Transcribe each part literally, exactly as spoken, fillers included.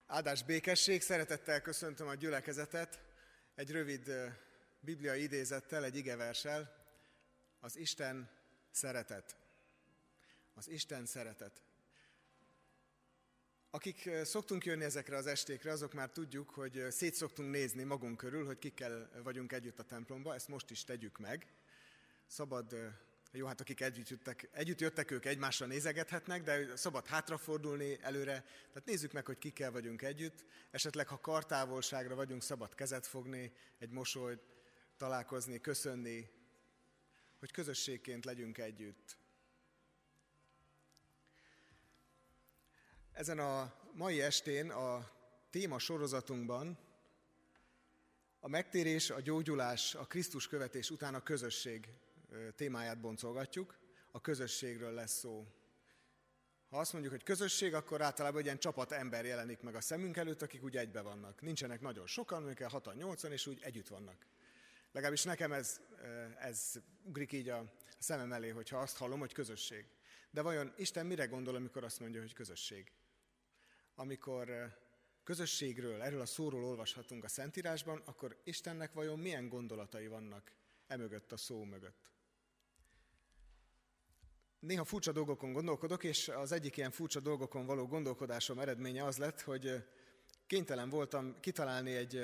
Áldás békesség, szeretettel köszöntöm a gyülekezetet egy rövid bibliai idézettel, egy igeverssel. Az Isten szeretet. Az Isten szeretet. Akik szoktunk jönni ezekre az estékre, azok már tudjuk, hogy szét szoktunk nézni magunk körül, hogy kikkel vagyunk együtt a templomba, ezt most is tegyük meg. Szabad, jó, hát akik együtt jöttek, együtt jöttek, ők egymásra nézegethetnek, de szabad hátrafordulni előre, tehát nézzük meg, hogy kikkel vagyunk együtt. Esetleg, ha kartávolságra vagyunk, szabad kezet fogni, egy mosolyt találkozni, köszönni, hogy közösségként legyünk együtt. Ezen a mai estén a téma sorozatunkban a megtérés, a gyógyulás, a Krisztus követés után a közösség témáját boncolgatjuk. A közösségről lesz szó. Ha azt mondjuk, hogy közösség, akkor általában egy ilyen csapat ember jelenik meg a szemünk előtt, akik úgy egybe vannak. Nincsenek nagyon sokan, mondjuk hatan, nyolcan, és úgy együtt vannak. Legalábbis nekem ez, ez ugrik így a szemem elé, hogyha azt hallom, hogy közösség. De vajon Isten mire gondol, amikor azt mondja, hogy közösség? Amikor közösségről, erről a szóról olvashatunk a Szentírásban, akkor Istennek vajon milyen gondolatai vannak emögött, a szó mögött? Néha furcsa dolgokon gondolkodok, és az egyik ilyen furcsa dolgokon való gondolkodásom eredménye az lett, hogy kénytelen voltam kitalálni egy,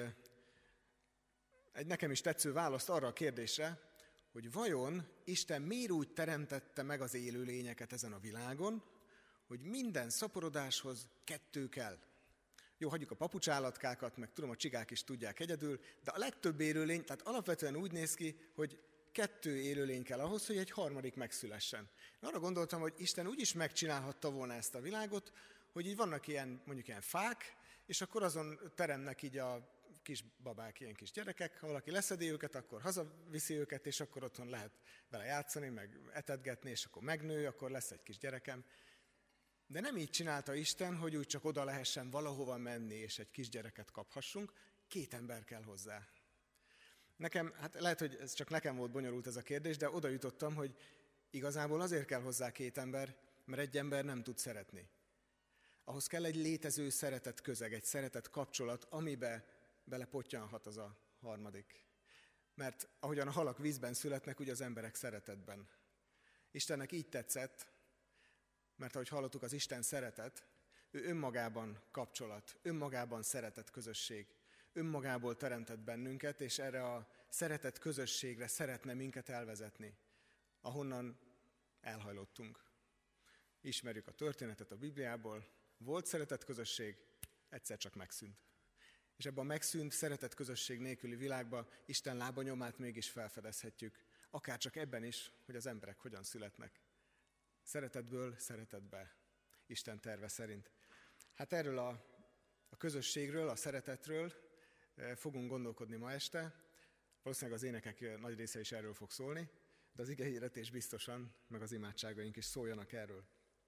egy nekem is tetsző választ arra a kérdésre, hogy vajon Isten miért úgy teremtette meg az élőlényeket ezen a világon, hogy minden szaporodáshoz kettő kell. Jó, hagyjuk a papucsállatkákat, meg tudom, a csigák is tudják egyedül, de a legtöbb élőlény, tehát alapvetően úgy néz ki, hogy kettő élőlény kell ahhoz, hogy egy harmadik megszülessen. Én arra gondoltam, hogy Isten úgy is megcsinálhatta volna ezt a világot, hogy így vannak ilyen, mondjuk ilyen fák, és akkor azon teremnek így a kis babák, ilyen kis gyerekek, ha valaki leszedi őket, akkor hazaviszi őket, és akkor otthon lehet vele játszani, meg etetgetni, és akkor megnő, akkor lesz egy kis gyerekem. De nem így csinálta Isten, hogy úgy csak oda lehessen valahova menni, és egy kisgyereket kaphassunk, két ember kell hozzá. Nekem, hát lehet, hogy ez csak nekem volt bonyolult ez a kérdés, de oda jutottam, hogy igazából azért kell hozzá két ember, mert egy ember nem tud szeretni. Ahhoz kell egy létező szeretet közeg, egy szeretet kapcsolat, amibe belepottyanhat az a harmadik. Mert ahogyan a halak vízben születnek, úgy az emberek szeretetben. Istennek így tetszett, mert ahogy hallottuk, az Isten szeretet, ő önmagában kapcsolat, önmagában szeretet közösség, önmagából teremtett bennünket, és erre a szeretet közösségre szeretne minket elvezetni, ahonnan elhajlottunk. Ismerjük a történetet a Bibliából, volt szeretet közösség, egyszer csak megszűnt. És ebben a megszűnt szeretet közösség nélküli világban Isten lábanyomát mégis felfedezhetjük, akár csak ebben is, hogy az emberek hogyan születnek. Szeretetből szeretetbe, Isten terve szerint. Hát erről a, a közösségről, a szeretetről fogunk gondolkodni ma este. Valószínűleg az énekek nagy része is erről fog szólni, de az igehirdetés biztosan, meg az imádságaink is szóljanak erről.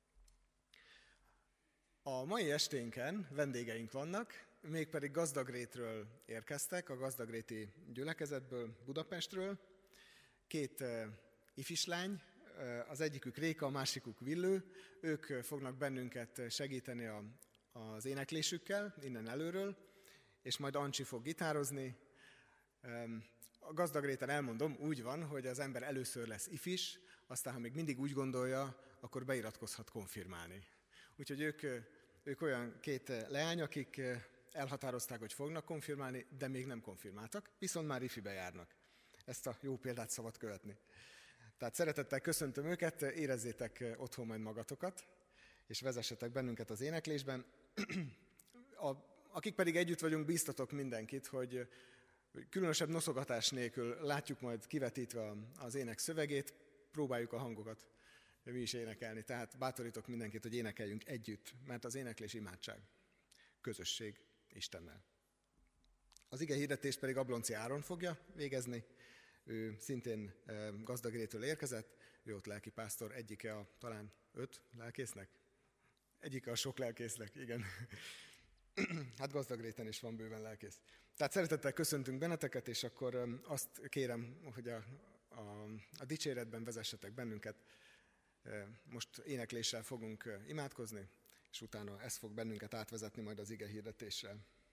A mai esténken vendégeink vannak, mégpedig Gazdagrétről érkeztek, a gazdagréti gyülekezetből, Budapestről. Két ifislány, az egyikük Réka, a másikuk Villő, ők fognak bennünket segíteni a, az éneklésükkel, innen előről, és majd Ancsi fog gitározni. A Gazdagréten elmondom, úgy van, hogy az ember először lesz ifis, aztán ha még mindig úgy gondolja, akkor beiratkozhat konfirmálni. Úgyhogy ők, ők olyan két leány, akik elhatározták, hogy fognak konfirmálni, de még nem konfirmáltak, viszont már ifibe járnak. Ezt a jó példát szabad követni. Tehát szeretettel köszöntöm őket, érezzétek otthon majd magatokat, és vezessetek bennünket az éneklésben. A, akik pedig együtt vagyunk, bíztatok mindenkit, hogy különösebb noszogatás nélkül látjuk majd kivetítve az ének szövegét, próbáljuk a hangokat mi is énekelni. Tehát bátorítok mindenkit, hogy énekeljünk együtt, mert az éneklés imádság, közösség Istennel. Az ige hirdetést pedig Ablonci Áron fogja végezni. Ő szintén Gazdagrétől érkezett, ő ott lelkipásztor, egyike a talán öt lelkésznek? Egyike a sok lelkésznek, igen. Hát Gazdagréten is van bőven lelkész. Tehát szeretettel köszöntünk benneteket, és akkor azt kérem, hogy a, a, a dicséretben vezessetek bennünket. Most énekléssel fogunk imádkozni, és utána ez fog bennünket átvezetni majd az ige hirdetésre.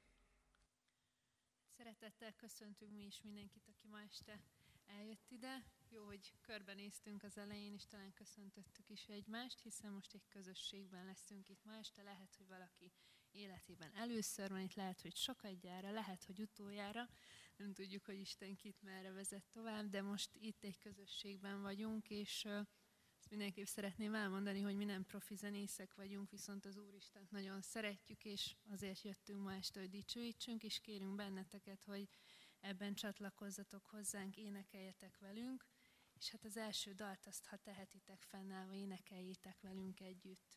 Szeretettel köszöntünk mi is mindenkit, aki ma este eljött ide. Jó, hogy körbenéztünk az elején, és talán köszöntöttük is egymást, hiszen most egy közösségben leszünk itt ma este. Lehet, hogy valaki életében először van itt, lehet, hogy sokadjára, lehet, hogy utoljára. Nem tudjuk, hogy Isten kit merre vezet tovább, de most itt egy közösségben vagyunk, és ezt mindenképp szeretném elmondani, hogy mi nem profi zenészek vagyunk, viszont az Úristent nagyon szeretjük, és azért jöttünk ma este, hogy dicsőítsünk, és kérünk benneteket, hogy ebben csatlakozzatok hozzánk, énekeljetek velünk, és hát az első dalt azt, ha tehetitek fennállva, énekeljétek velünk együtt.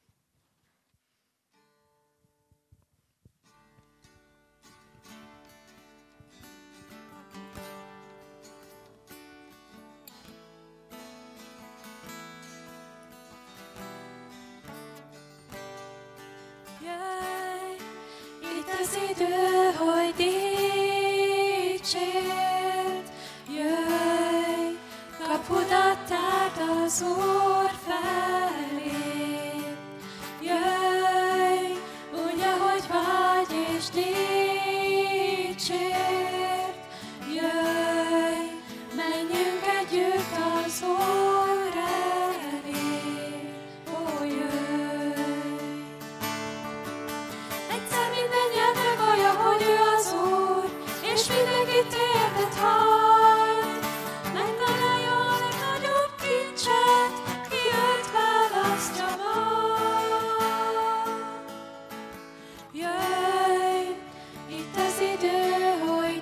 Jöjj, itt az idő, hogy dicsérd, jöjj, kapudat tárd az Úr felé. Jöjj, úgy, ahogy vagy, és dicsérd, jöjj, menjünk együtt az Úr elé. Ó, jöjj! Egyszer minden nyelv meghallja, hogy ő az Úr, és mindenki térdet hajt. Megtalálja a legnagyobb kincset, ki őt választja majd. Jöjj, itt az idő, hogy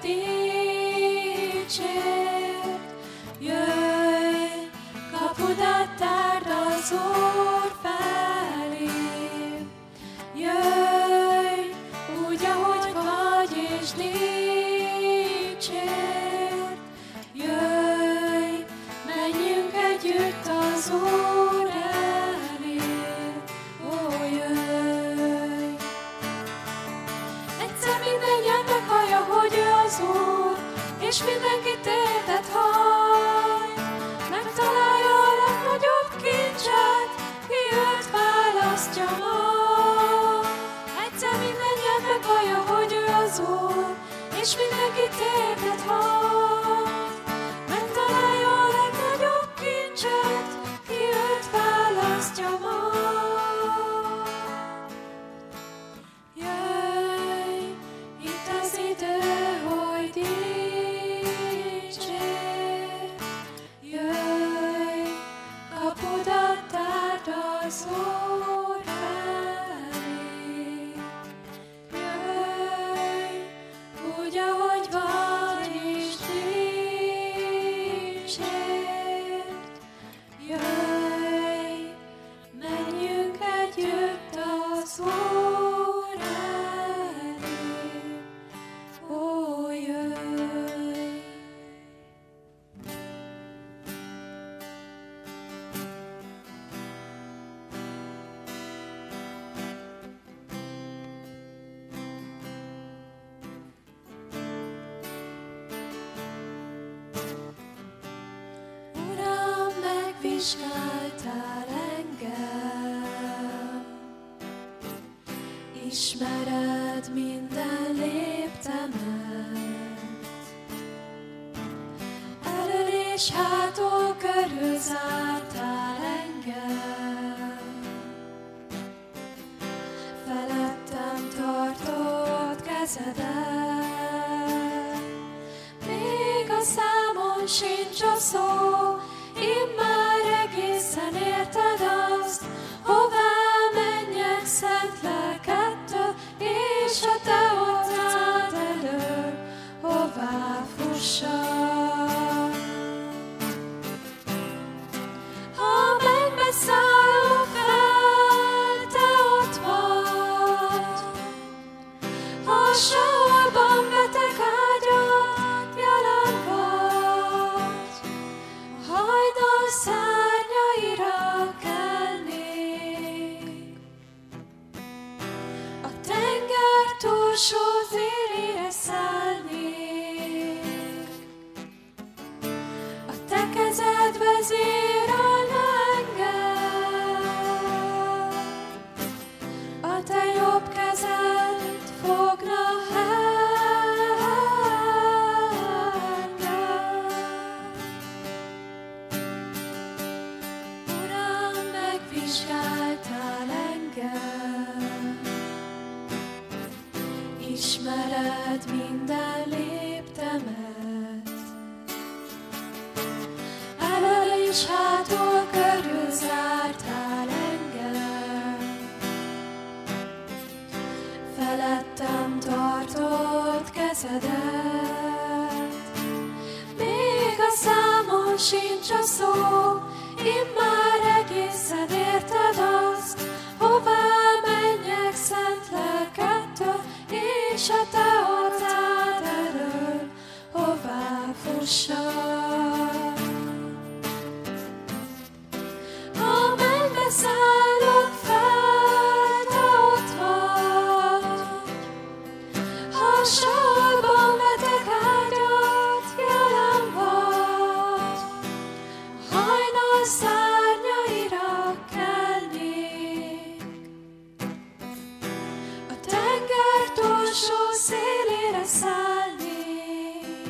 dicsérd, jöjj, kapudat tárd az Úr felé. Jöjj, úgy, ahogy vagy, és dicsérd, jöjj, menjünk együtt az Úr elé. Ó, jöjj! Egyszer minden nyelv meghallja, hogy ő az Úr, és mindenki térdet hajt. Megtalálja a legnagyobb kincset, ki őt választja majd. Egyszer minden nyelv meghallja, hogy ő az Úr, és mindenki térdet hajt. Megtalálja a legnagyobb kincset, ki őt választja majd. Jöjj, itt az idő, hogy dicsérd, jöjj, kapudat tárd az Úr felé. Jöjj, úgy, ahogy vagy, és dicsérd, jöjj, menjünk együtt az Úr elé. Ó, jöjj! Uram, megvizsgáltál engem, ismered minden léptemet. Elől és hátul körül zártál engem, felettem tartott kezedet. Még a számon sincs a szó, immár egészen érted azt, hová menjek szent lelkedtől, és a te utcád elől, hová fussak. Ha mennybe szállok fel, te ott vagy, ha sehol beteg ágyat jelen vagy, hajdal szárnyaira kelnék, a tenger túlsó szélére szállnék, a te kezed vezérel engem. ismered minden léptemet. Elől és hátul körül zártál engem, felettem tartott kezedet. Még a számon sincs a szó, immár egészen érted azt, hová menjek szent lelkettől, és a te arcád elől hová fussak. Ha mennybe szállok fel, te ott vagy, ha sorban vetek ágyat, jelen vagy, hajnal szárnyaira kelnék, a tenger túlsó szélére szállnék,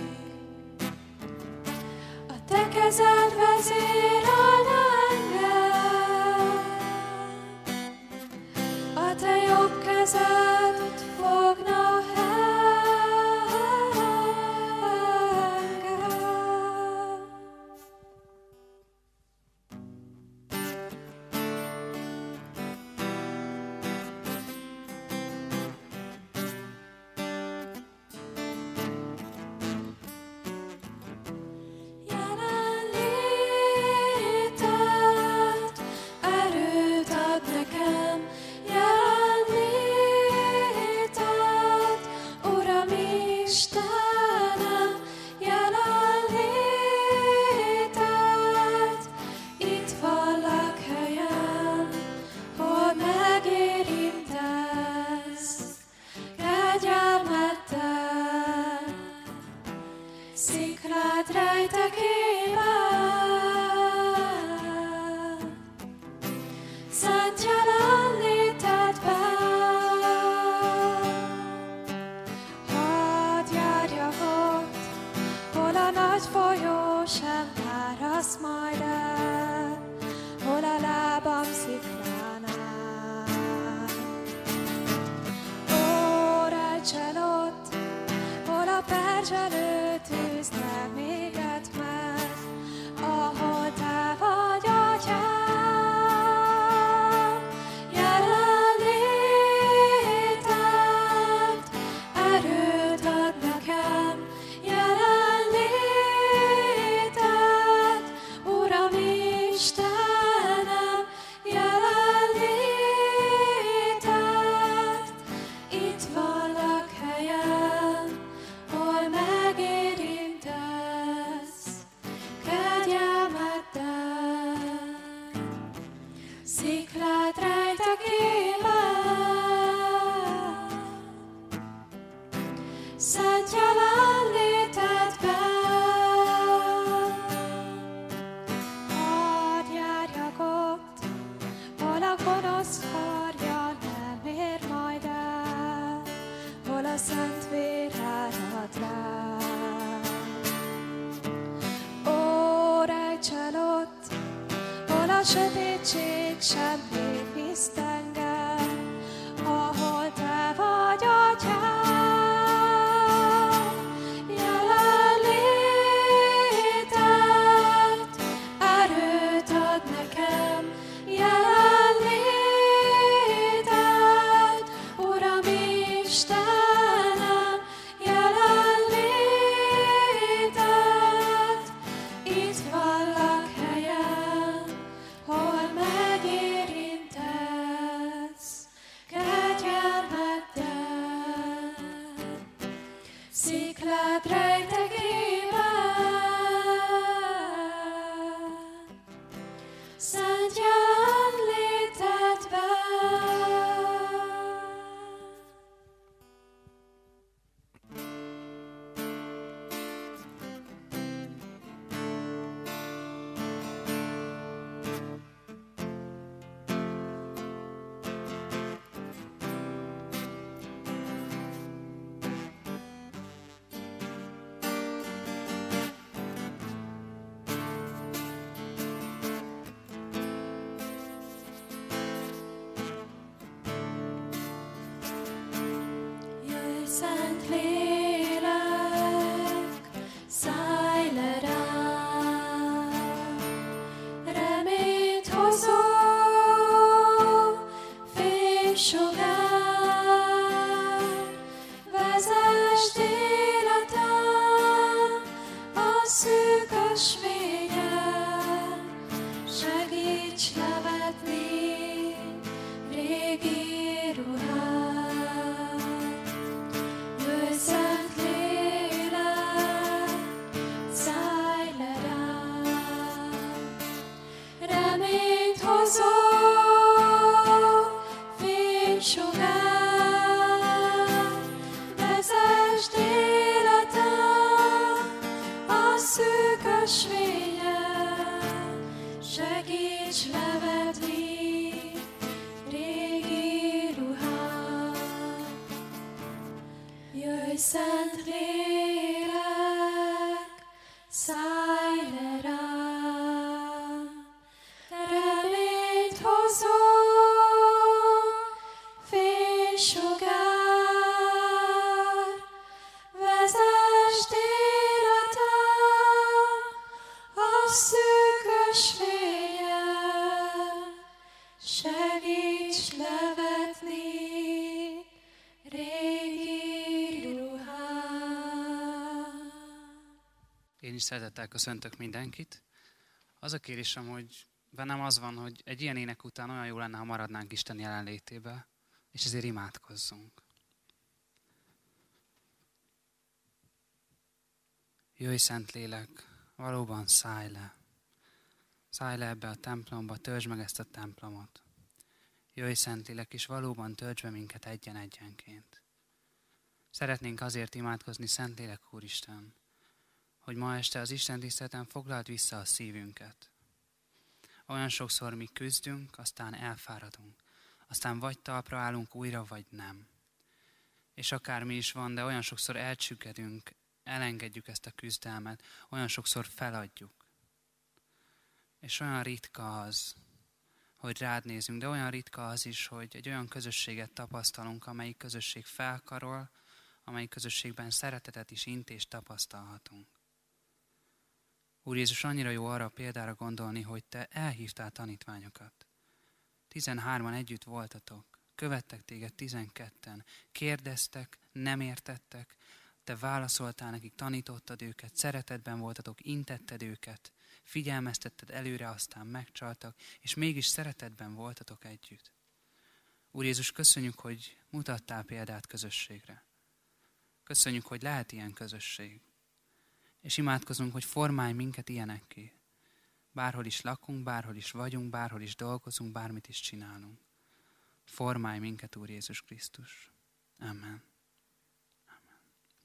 a te kezed vezérelne engem, a te jobb kezed fogna engem. Jelenléted erőt ad nekem, jelenléted, Uram Istenem, jelenléted, itt van lakhelyem, hol megérintesz kegyelmeddel, sziklád rejtekében, szent jelenlétedben. Hadd járjak ott, hol a nagy folyó sem áraszt majd el, hol a lábam sziklán áll. Ó, rejts el ott, hol a perzselő tűz nem éget meg, ahol te vagy, Atyám. Jelenléted erőt ad nekem, jelenléted, Uram Istenem, jelenléted, itt van lakhelyem, hol megérintesz kegyelmeddel, sziklád rejtekében, szent jelenlétedben. Hadd járjak ott, hol a gonosz harja nem ér majd el, hol a szent vér árad rá. Ó, rejts el ott, hol a sötétség sem viszt engem, ahol te vagy, Atyám. Jelenléted erőt ad nekem, jelenléted, Uram Istenem, jelenléted, itt van lakhelyem, hol megérintesz kegyelmeddel, sziklád rejtekében, szent jelenlétedben. szent lélek, szállj le rám, reményt hozó fénysugár, vezesd életem a szűkös mélyen, segíts levetni régi ruhát. Jöjj, szent lélek, szállj le rám, reményt hozó fénysugár, vezesd életem a szűkös mélyen, segíts levetni régi ruhát. Jöjj, szent lélek, szállj le rám, reményt hozó fénysugár, vezesd életem a szűkös mélyen, segíts levetni régi ruhát. Én is szeretettel köszöntök mindenkit. Az a kérésem, hogy bennem az van, hogy egy ilyen ének után olyan jó lenne, ha maradnánk Isten jelenlétébe, és ezért imádkozzunk. Jöjj, Szentlélek, valóban szállj le. Szállj le ebbe a templomba, töltsd meg ezt a templomot. Jöjj, Szentlélek, és valóban töltsd be minket egyen-egyenként. Szeretnénk azért imádkozni, Szentlélek Úristen, hogy ma este az Isten tiszteleten foglald vissza a szívünket. Olyan sokszor mi küzdünk, aztán elfáradunk. Aztán vagy talpra állunk újra, vagy nem. És akármi is van, de olyan sokszor elcsüggedünk, elengedjük ezt a küzdelmet, olyan sokszor feladjuk. És olyan ritka az, hogy rád nézünk, de olyan ritka az is, hogy egy olyan közösséget tapasztalunk, amelyik közösség felkarol, amelyik közösségben szeretetet is, intést tapasztalhatunk. Úr Jézus, annyira jó arra a példára gondolni, hogy te elhívtál tanítványokat. Tizenhárman együtt voltatok, követtek téged tizenketten, kérdeztek, nem értettek, te válaszoltál nekik, tanítottad őket, szeretetben voltatok, intetted őket, figyelmeztetted előre, aztán megcsaltak, és mégis szeretetben voltatok együtt. Úr Jézus, köszönjük, hogy mutattál példát közösségre. Köszönjük, hogy lehet ilyen közösség. És imádkozunk, hogy formálj minket ilyenekké. Bárhol is lakunk, bárhol is vagyunk, bárhol is dolgozunk, bármit is csinálunk. Formálj minket, Úr Jézus Krisztus. Amen. Amen.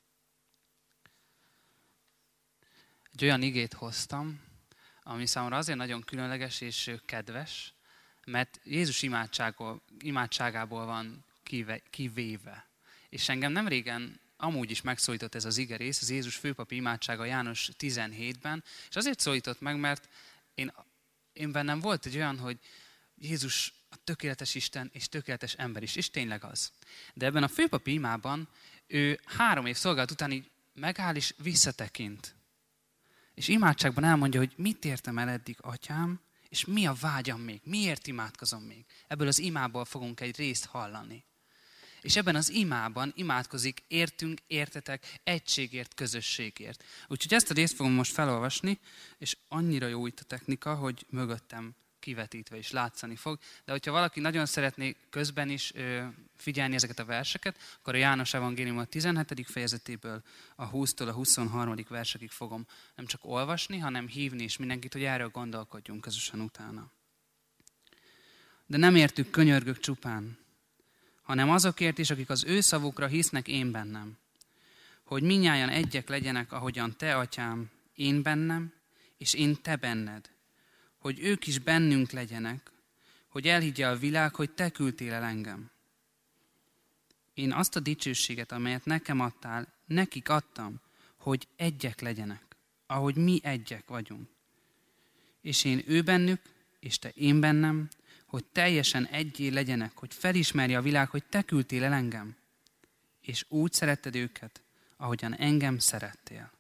Egy olyan igét hoztam, ami számomra azért nagyon különleges és kedves, mert Jézus imádságából, imádságából van kive, kivéve. És engem nem régen amúgy is megszólított ez az igerész, az Jézus főpapi imádsága János tizenhétben, és azért szólított meg, mert én, én bennem volt egy olyan, hogy Jézus a tökéletes Isten és tökéletes ember is, és tényleg az. De ebben a főpapi imában ő három év szolgálat után így megáll és visszatekint. És imádságban elmondja, hogy mit értem el eddig, Atyám, és mi a vágyam még, miért imádkozom még. Ebből az imából fogunk egy részt hallani. És ebben az imában imádkozik értünk, értetek, egységért, közösségért. Úgyhogy ezt a részt fogom most felolvasni, és annyira jó itt a technika, hogy mögöttem kivetítve is látszani fog. De hogyha valaki nagyon szeretné közben is ö, figyelni ezeket a verseket, akkor a János Evangélium a tizenhetedik fejezetéből a húsztól a huszonharmadik versekig fogom nem csak olvasni, hanem hívni is mindenkit, hogy erről gondolkodjunk közösen utána. De nem értük, könyörgök csupán, hanem azokért is, akik az ő szavukra hisznek én bennem. Hogy mindnyájan egyek legyenek, ahogyan te, Atyám, én bennem, és én te benned. Hogy ők is bennünk legyenek, hogy elhiggye a világ, hogy te küldtél el engem. Én azt a dicsőséget, amelyet nekem adtál, nekik adtam, hogy egyek legyenek, ahogy mi egyek vagyunk. És én ő bennük, és te én bennem, hogy teljesen egyé legyenek, hogy felismerje a világ, hogy te küldtél el engem. és úgy szeretted őket, ahogyan engem szerettél.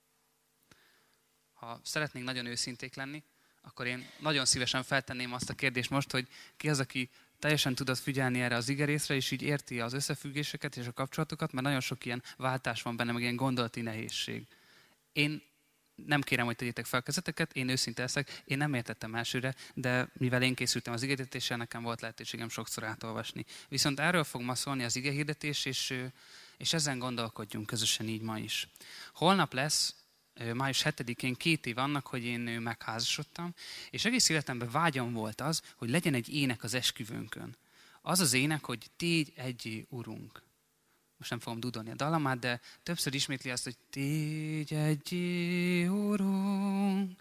Ha szeretnénk nagyon őszinték lenni, akkor én nagyon szívesen feltenném azt a kérdést most, hogy ki az, aki teljesen tudod figyelni erre az igerészre, és így érti az összefüggéseket és a kapcsolatokat, mert nagyon sok ilyen váltás van benne, meg ilyen gondolati nehézség. Én nem kérem, hogy tegyétek fel kezeteket, én őszinte leszek, én nem értettem elsőre, de mivel én készültem az igehirdetéssel, nekem volt lehetőségem sokszor átolvasni. Viszont erről fog ma szólni az igehirdetés, és, és ezen gondolkodjunk közösen így ma is. Holnap lesz, május hetedikén két év annak, hogy én megházasodtam, és egész életemben vágyam volt az, hogy legyen egy ének az esküvőnkön. Az az ének, hogy tégy egyé Urunk. Most nem fogom dudolni a dalamát, de többször ismétli azt, hogy tégy egyé Urunk,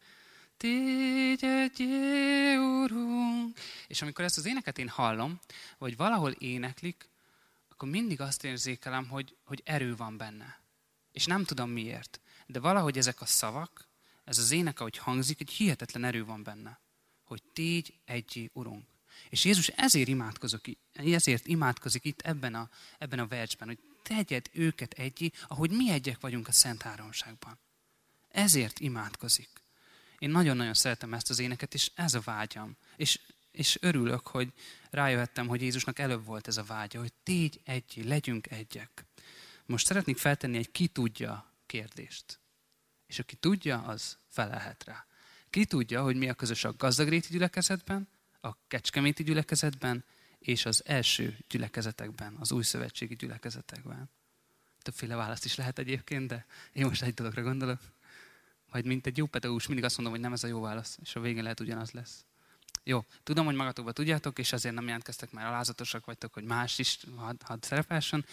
tégy egyé Urunk. És amikor ezt az éneket én hallom, vagy valahol éneklik, akkor mindig azt érzékelem, hogy, hogy erő van benne. És nem tudom miért. De valahogy ezek a szavak, ez az ének, ahogy hangzik, egy hihetetlen erő van benne. Hogy tégy egyé Urunk. És Jézus ezért imádkozik, ezért imádkozik itt ebben a, ebben a versben, hogy tegyed őket egyé, ahogy mi egyek vagyunk a Szent Háromságban. Ezért imádkozik. Én nagyon-nagyon szeretem ezt az éneket, és ez a vágyam. És, és örülök, hogy rájöhettem, hogy Jézusnak előbb volt ez a vágya, hogy tégy egyé, legyünk egyek. Most szeretnék feltenni egy ki tudja kérdést. És aki tudja, az felelhet rá. Ki tudja, hogy mi a közös a gazdagréti gyülekezetben, a kecskeméti gyülekezetben, és az első gyülekezetekben, az új szövetségi gyülekezetekben. Többféle választ is lehet egyébként, de én most egy dologra gondolok. Majd mint egy jó pedagógus mindig azt mondom, hogy nem ez a jó válasz, és a végén lehet ugyanaz lesz. Jó, tudom, hogy magatokban tudjátok, és azért nem jelentkeztek, mert alázatosak vagytok, hogy más is hadd had szerepelsen.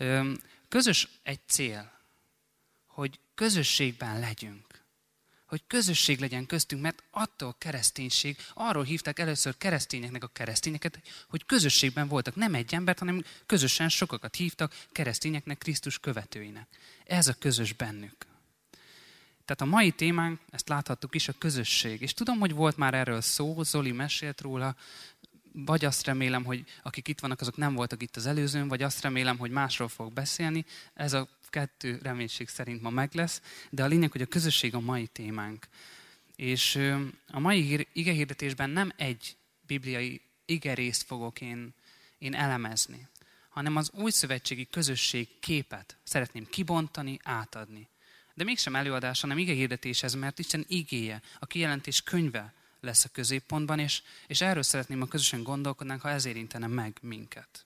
Közös egy cél, hogy közösségben legyünk. Hogy közösség legyen köztünk, mert attól kereszténység, arról hívták először keresztényeknek a keresztényeket, hogy közösségben voltak. Nem egy embert, hanem közösen sokakat hívtak keresztényeknek, Krisztus követőinek. Ez a közös bennük. Tehát a mai témánk, ezt láthattuk is, a közösség. És tudom, hogy volt már erről szó, Zoli mesélt róla, vagy azt remélem, hogy akik itt vannak, azok nem voltak itt az előzőn, vagy azt remélem, hogy másról fog beszélni. Ez a kettő reménység szerint ma meg lesz, de a lényeg, hogy a közösség a mai témánk. És a mai igehirdetésben nem egy bibliai igerészt fogok én, én elemezni, hanem az új szövetségi közösség képet szeretném kibontani, átadni. De mégsem előadás, hanem igehirdetéshez, mert Isten igéje, a kijelentés könyve lesz a középpontban, és, és erről szeretném, ha közösen gondolkodnánk, ha ez érintene meg minket.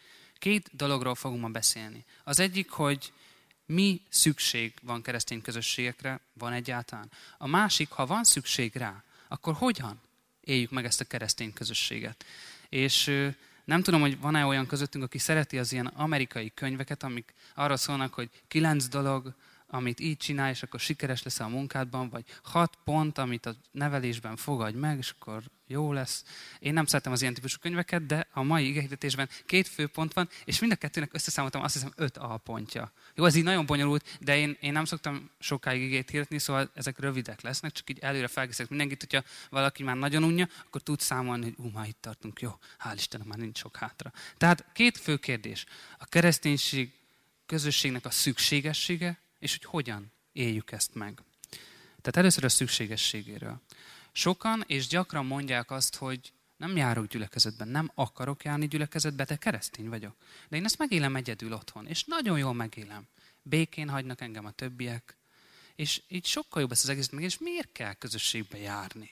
Két dologról fogunk ma beszélni. Az egyik, hogy mi szükség van keresztény közösségekre, van egyáltalán. A másik, ha van szükség rá, akkor hogyan éljük meg ezt a keresztény közösséget. És nem tudom, hogy van-e olyan közöttünk, aki szereti az ilyen amerikai könyveket, amik arra szólnak, hogy kilenc dolog, amit így csinálj, és akkor sikeres leszel a munkádban, vagy hat pont, amit a nevelésben fogadj meg, és akkor jó lesz. Én nem szeretem az ilyen típusú könyveket, de a mai igehirdetésben két fő pont van, és mind a kettőnek összeszámoltam azt hiszem öt alpontja. Jó, ez így nagyon bonyolult, de én, én nem szoktam sokáig igét hirdetni, szóval ezek rövidek lesznek, csak így előre felkészítek mindenkit, hogyha valaki már nagyon unja, akkor tud számolni, hogy ú, már itt tartunk, jó, hál' Istenem, már nincs sok hátra. Tehát két fő kérdés. A kereszténység közösségnek a szükségessége, és hogy hogyan éljük ezt meg. Tehát először a szükségességéről. Sokan és gyakran mondják azt, hogy nem járok gyülekezetben, nem akarok járni gyülekezetbe, de keresztény vagyok. De én ezt megélem egyedül otthon, és nagyon jól megélem. Békén hagynak engem a többiek, és így sokkal jobb ezt az egészet meg, és miért kell közösségbe járni?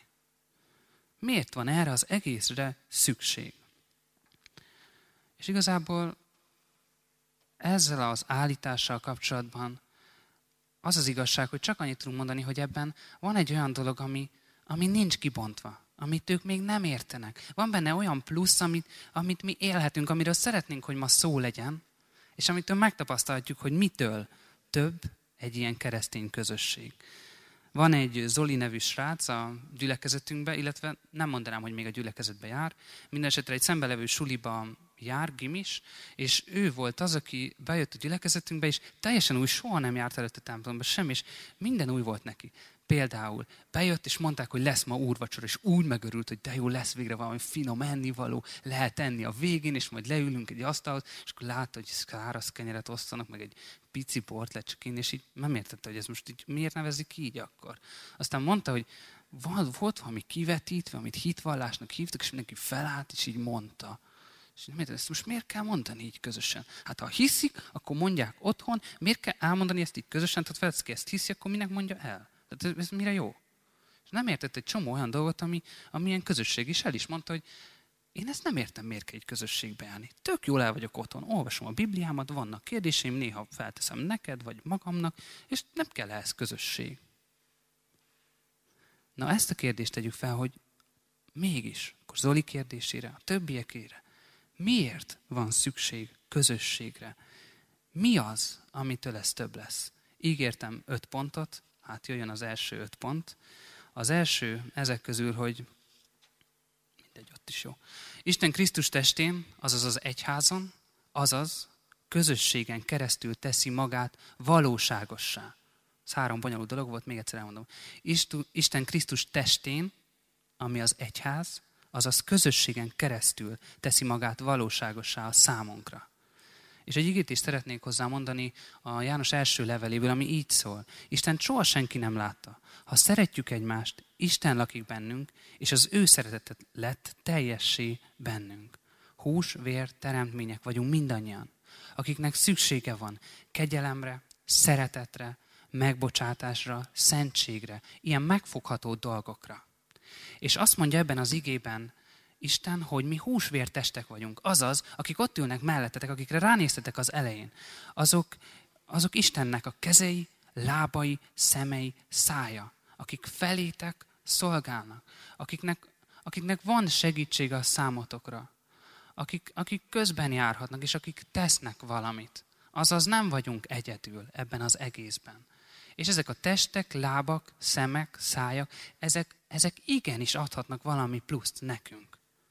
Miért van erre az egészre szükség? És igazából ezzel az állítással kapcsolatban az az igazság, hogy csak annyit tudunk mondani, hogy ebben van egy olyan dolog, ami, ami nincs kibontva, amit ők még nem értenek. Van benne olyan plusz, amit, amit mi élhetünk, amiről szeretnénk, hogy ma szó legyen, és amitől megtapasztalhatjuk, hogy mitől több egy ilyen keresztény közösség. Van egy Zoli nevű srác a gyülekezetünkben, illetve nem mondanám, hogy még a gyülekezetbe jár. Mindenesetre egy szembelevő suliba jár, gimis, és ő volt az, aki bejött a gyülekezetünkbe, és teljesen új, soha nem járt előtt a templomba, semmi, és minden új volt neki. Például bejött, és mondták, hogy lesz ma úrvacsora, és úgy megörült, hogy de jó, lesz végre valami finom ennivaló, lehet enni a végén, és majd leülünk egy asztalhoz, és akkor látta, hogy száraz kenyeret osztanak, meg egy pici bort lecsekinni, és így nem értette, hogy ez most így miért nevezik így akkor. Aztán mondta, hogy volt valami kivetítve, amit hitvallásnak hívtak, és mindenki felállt, és így mondta. És nem érted, ezt most miért kell mondani így közösen? Hát ha hiszik, akkor mondják otthon, miért kell elmondani ezt így közösen? Tehát Felecki ezt hiszi, akkor minek mondja el? Tehát ez mire jó? És nem értett egy csomó olyan dolgot, ami, ami ilyen közösség is el is mondta, hogy én ezt nem értem, miért kell egy közösségbe járni. Tök jól el vagyok otthon, olvasom a Bibliámat, vannak kérdéseim, néha felteszem neked, vagy magamnak, és nem kell ehhez közösség. Na ezt a kérdést tegyük fel, hogy mégis, akkor Zoli kérdésére, a többiekére, miért van szükség közösségre? Mi az, amitől ez több lesz? Ígértem öt pontot, hát jöjjön az első öt pont. Az első ezek közül, hogy mindegy, ott is jó. Isten Krisztus testén, azaz az egyházon, azaz közösségen keresztül teszi magát valóságossá. Ez három bonyolult dolog volt, még egyszer elmondom. Isten Krisztus testén, ami az egyház, azaz közösségen keresztül teszi magát valóságossá a számunkra. És egy igét is szeretnék hozzá mondani a János első leveléből, ami így szól. Isten soha senki nem látta. Ha szeretjük egymást, Isten lakik bennünk, és az ő szeretetet lett teljessé bennünk. Hús, vér, teremtmények vagyunk mindannyian, akiknek szüksége van kegyelemre, szeretetre, megbocsátásra, szentségre, ilyen megfogható dolgokra. És azt mondja ebben az igében Isten, hogy mi húsvértestek vagyunk. Azaz, akik ott ülnek mellettetek, akikre ránéztetek az elején, azok, azok Istennek a kezei, lábai, szemei, szája, akik felétek szolgálnak, akiknek, akiknek van segítsége a számotokra, akik, akik közben járhatnak, és akik tesznek valamit. Azaz nem vagyunk egyedül ebben az egészben. És ezek a testek, lábak, szemek, szájak, ezek, ezek igenis adhatnak valami pluszt nekünk.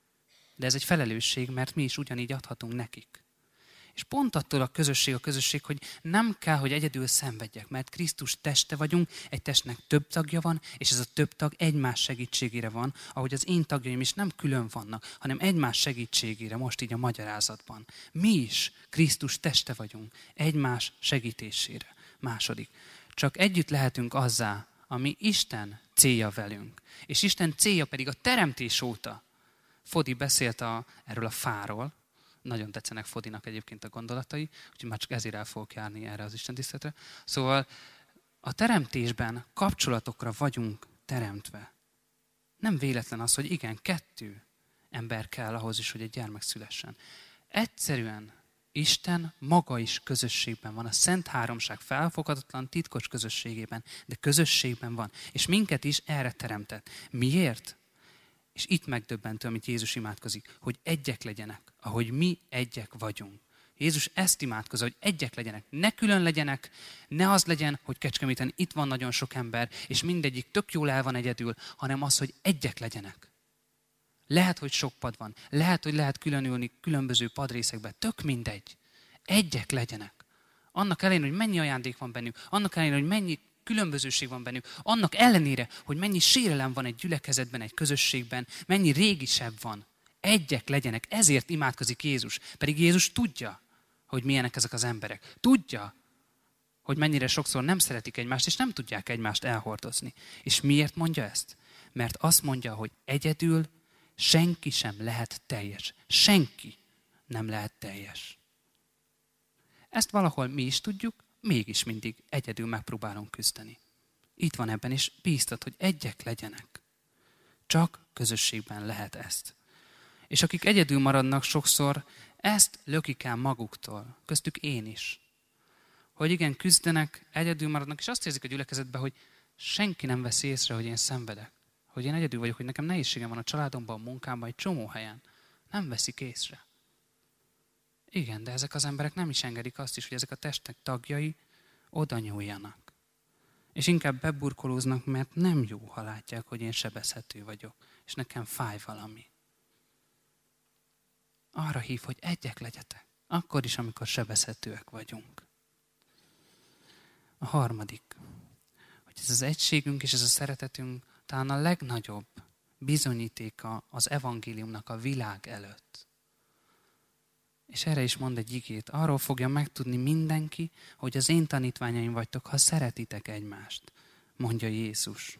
De ez egy felelősség, mert mi is ugyanígy adhatunk nekik. És pont attól a közösség a közösség, hogy nem kell, hogy egyedül szenvedjek, mert Krisztus teste vagyunk, egy testnek több tagja van, és ez a több tag egymás segítségére van, ahogy az én tagjaim is nem külön vannak, hanem egymás segítségére, most így a magyarázatban. Mi is Krisztus teste vagyunk, egymás segítésére. Második. Csak együtt lehetünk azzá, ami Isten célja velünk. És Isten célja pedig a teremtés óta. Fodi beszélt a, erről a fáról, nagyon tetszenek Fodinak egyébként a gondolatai, úgyhogy már csak ezért el fogok járni erre az istentiszteletre. Szóval a teremtésben kapcsolatokra vagyunk teremtve. Nem véletlen az, hogy igen, kettő ember kell ahhoz is, hogy egy gyermek szülessen. Egyszerűen Isten maga is közösségben van, a Szent Háromság felfoghatatlan, titkos közösségében, de közösségben van. És minket is erre teremtett. Miért? És itt megdöbbentő, amit Jézus imádkozik, hogy egyek legyenek, ahogy mi egyek vagyunk. Jézus ezt imádkozza, hogy egyek legyenek, ne külön legyenek, ne az legyen, hogy Kecskeméten itt van nagyon sok ember, és mindegyik tök jól el van egyedül, hanem az, hogy egyek legyenek. Lehet, hogy sok pad van, lehet, hogy lehet különülni különböző padrészekbe, tök mindegy. Egyek legyenek. Annak ellenére, hogy mennyi ajándék van bennük, annak ellenére, hogy mennyi különbözőség van bennük, annak ellenére, hogy mennyi sérelem van egy gyülekezetben, egy közösségben, mennyi régisebb van. Egyek legyenek, ezért imádkozik Jézus. Pedig Jézus tudja, hogy milyenek ezek az emberek. Tudja, hogy mennyire sokszor nem szeretik egymást, és nem tudják egymást elhordozni. És miért mondja ezt? Mert azt mondja, hogy egyedül senki sem lehet teljes. Senki nem lehet teljes. Ezt valahol mi is tudjuk, mégis mindig egyedül megpróbálunk küzdeni. Itt van ebben, és bíztat, hogy egyek legyenek. Csak közösségben lehet ezt. És akik egyedül maradnak, sokszor ezt lökik el maguktól, köztük én is. Hogy igen, küzdenek, egyedül maradnak, és azt érzik a gyülekezetben, hogy senki nem veszi észre, hogy én szenvedek. Hogy én egyedül vagyok, hogy nekem nehézségem van a családomban, a munkámban, egy csomó helyen. Nem veszik észre. Igen, de ezek az emberek nem is engedik azt is, hogy ezek a testek tagjai oda nyúljanak. És inkább beburkolóznak, mert nem jó, ha látják, hogy én sebezhető vagyok, és nekem fáj valami. Arra hív, hogy egyek legyetek, akkor is, amikor sebezhetőek vagyunk. A harmadik, hogy hogy ez az egységünk és ez a szeretetünk talán a legnagyobb bizonyítéka az evangéliumnak a világ előtt. És erre is mond egy igét. Arról fogja megtudni mindenki, hogy az én tanítványaim vagytok, ha szeretitek egymást, mondja Jézus.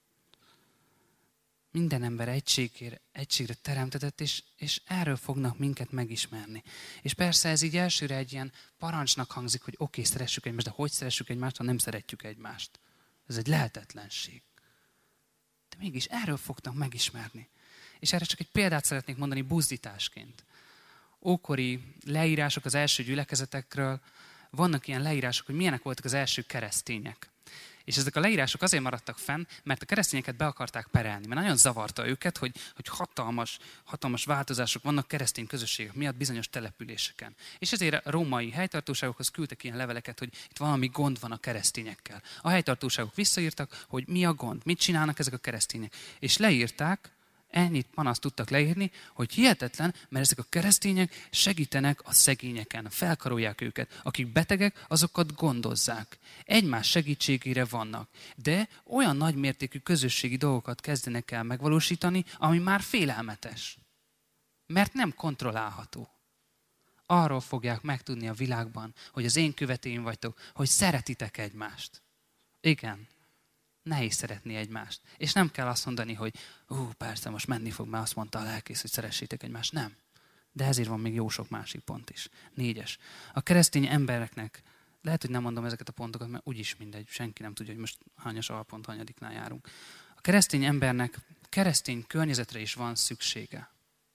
Minden ember egységére, egységre teremtetett, és, és erről fognak minket megismerni. És persze ez így elsőre egy ilyen parancsnak hangzik, hogy oké, okay, szeressük egymást, de hogy szeressük egymást, ha nem szeretjük egymást? Ez egy lehetetlenség. De mégis erről fognak megismerni. És erre csak egy példát szeretnék mondani buzdításként. Ókori leírások az első gyülekezetekről, vannak ilyen leírások, hogy milyenek voltak az első keresztények. És ezek a leírások azért maradtak fenn, mert a keresztényeket be akarták perelni, mert nagyon zavarta őket, hogy, hogy hatalmas, hatalmas változások vannak keresztény közösségek miatt bizonyos településeken. És ezért a római helytartóságokhoz küldtek ilyen leveleket, hogy itt valami gond van a keresztényekkel. A helytartóságok visszaírtak, hogy mi a gond, mit csinálnak ezek a keresztények. És leírták, ennyit panaszt tudtak leírni, hogy hihetetlen, mert ezek a keresztények segítenek a szegényeken, felkarolják őket. Akik betegek, azokat gondozzák. Egymás segítségére vannak. De olyan nagymértékű közösségi dolgokat kezdenek el megvalósítani, ami már félelmetes. Mert nem kontrollálható. Arról fogják megtudni a világban, hogy az én követőim vagytok, hogy szeretitek egymást. Igen. Nehéz szeretni egymást. És nem kell azt mondani, hogy ú, persze, most menni fog, mert azt mondta a lelkész, hogy szeressétek egymást. Nem. De ezért van még jó sok másik pont is. Négyes. A keresztény embereknek, lehet, hogy nem mondom ezeket a pontokat, mert úgyis mindegy, senki nem tudja, hogy most hányas alpont, hanyadiknál járunk. A keresztény embernek keresztény környezetre is van szüksége.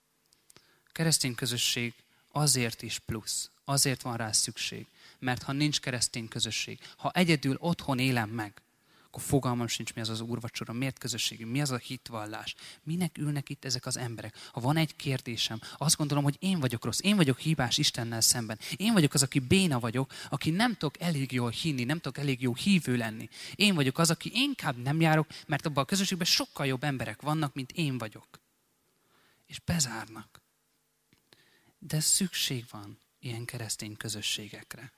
A keresztény közösség azért is plusz, azért van rá szükség, mert ha nincs keresztény közösség, ha egyedül otthon élem meg, akkor fogalmam sincs, mi az az úrvacsora, miért közösségi, mi az a hitvallás. Minek ülnek itt ezek az emberek? Ha van egy kérdésem, azt gondolom, hogy én vagyok rossz, én vagyok hibás Istennel szemben. Én vagyok az, aki béna vagyok, aki nem tudok elég jól hinni, nem tudok elég jó hívő lenni. Én vagyok az, aki inkább nem járok, mert abban a közösségben sokkal jobb emberek vannak, mint én vagyok. És bezárnak. De szükség van ilyen keresztény közösségekre.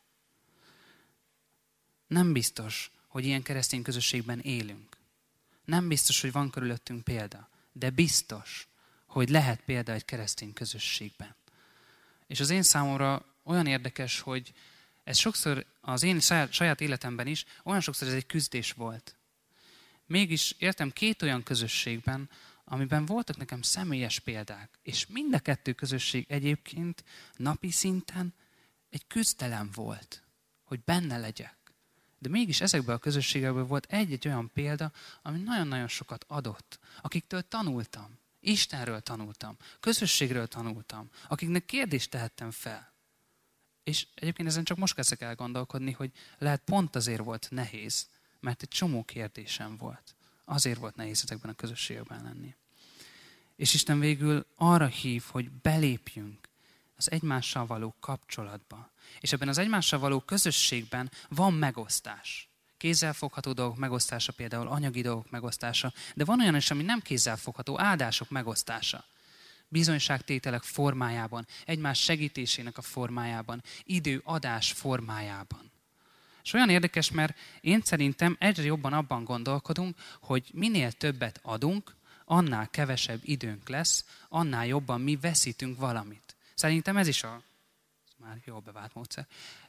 Nem biztos, hogy ilyen keresztény közösségben élünk. Nem biztos, hogy van körülöttünk példa, de biztos, hogy lehet példa egy keresztény közösségben. És az én számomra olyan érdekes, hogy ez sokszor az én saját életemben is, olyan sokszor ez egy küzdés volt. Mégis értem két olyan közösségben, amiben voltak nekem személyes példák, és mind a kettő közösség egyébként napi szinten egy küzdelem volt, hogy benne legyek. De mégis ezekben a közösségekben volt egy-egy olyan példa, ami nagyon-nagyon sokat adott. Akiktől tanultam, Istenről tanultam, közösségről tanultam, akiknek kérdést tehettem fel. És egyébként ezen csak most kezdek el gondolkodni, hogy lehet pont azért volt nehéz, mert egy csomó kérdésem volt. Azért volt nehéz ezekben a közösségekben lenni. És Isten végül arra hív, hogy belépjünk az egymással való kapcsolatba. És ebben az egymással való közösségben van megosztás. Kézzelfogható dolgok megosztása, például anyagi dolgok megosztása, de van olyan is, ami nem kézzelfogható, áldások megosztása. Bizonyságtételek formájában, egymás segítésének a formájában, időadás formájában. És olyan érdekes, mert én szerintem egyre jobban abban gondolkodunk, hogy minél többet adunk, annál kevesebb időnk lesz, annál jobban mi veszítünk valamit. Szerintem ez is a már jól bevált módszer.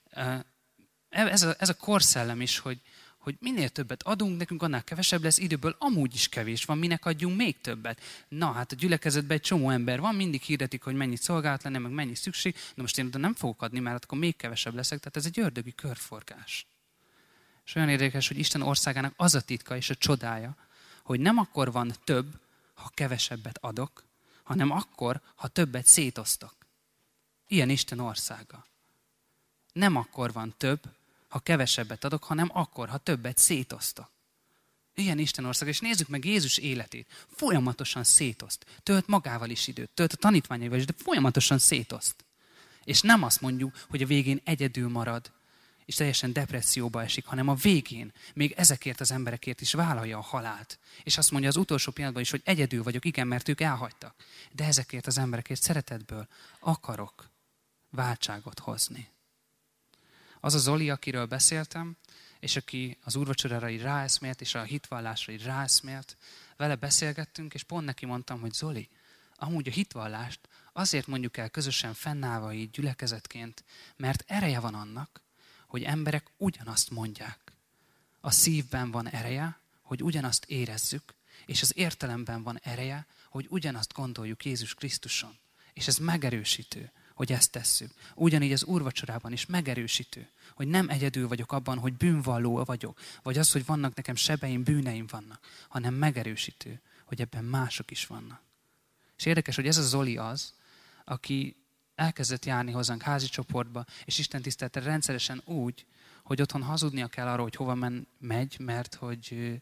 Ez a, ez a korszellem is, hogy, hogy minél többet adunk, nekünk annál kevesebb lesz, időből amúgy is kevés van, minek adjunk még többet. Na, hát a gyülekezetben egy csomó ember van, mindig hirdetik, hogy mennyit szolgálat lenne, meg mennyi szükség, de most én oda nem fogok adni, mert akkor még kevesebb leszek, tehát ez egy ördögi körforgás. És olyan érdekes, hogy Isten országának az a titka és a csodája, hogy nem akkor van több, ha kevesebbet adok, hanem akkor, ha többet szétosztok. Ilyen Isten országa. Nem akkor van több, ha kevesebbet adok, hanem akkor, ha többet szétosztok. Ilyen Isten országa. És nézzük meg Jézus életét. Folyamatosan szétoszt. Tölt magával is időt, tölt a tanítványaival is, de folyamatosan szétoszt. És nem azt mondjuk, hogy a végén egyedül marad, és teljesen depresszióba esik, hanem a végén még ezekért az emberekért is vállalja a halált. És azt mondja az utolsó pillanatban is, hogy egyedül vagyok, igen, mert ők elhagytak. De ezekért az emberekért szeretetből akarok váltságot hozni. Az a Zoli, akiről beszéltem, és aki az úrvacsorára így ráeszmélt, és a hitvallásra így ráeszmélt, vele beszélgettünk, és pont neki mondtam, hogy Zoli, amúgy a hitvallást azért mondjuk el közösen fennállva így gyülekezetként, mert ereje van annak, hogy emberek ugyanazt mondják. A szívben van ereje, hogy ugyanazt érezzük, és az értelemben van ereje, hogy ugyanazt gondoljuk Jézus Krisztuson. És ez megerősítő, hogy ezt tesszük. Ugyanígy az úrvacsorában is megerősítő, hogy nem egyedül vagyok abban, hogy bűnvalló vagyok, vagy az, hogy vannak nekem sebeim, bűneim vannak, hanem megerősítő, hogy ebben mások is vannak. És érdekes, hogy ez a Zoli az, aki elkezdett járni hozzánk házi csoportba, és Isten tisztelte rendszeresen úgy, hogy otthon hazudnia kell arról, hogy hova men, megy, mert hogy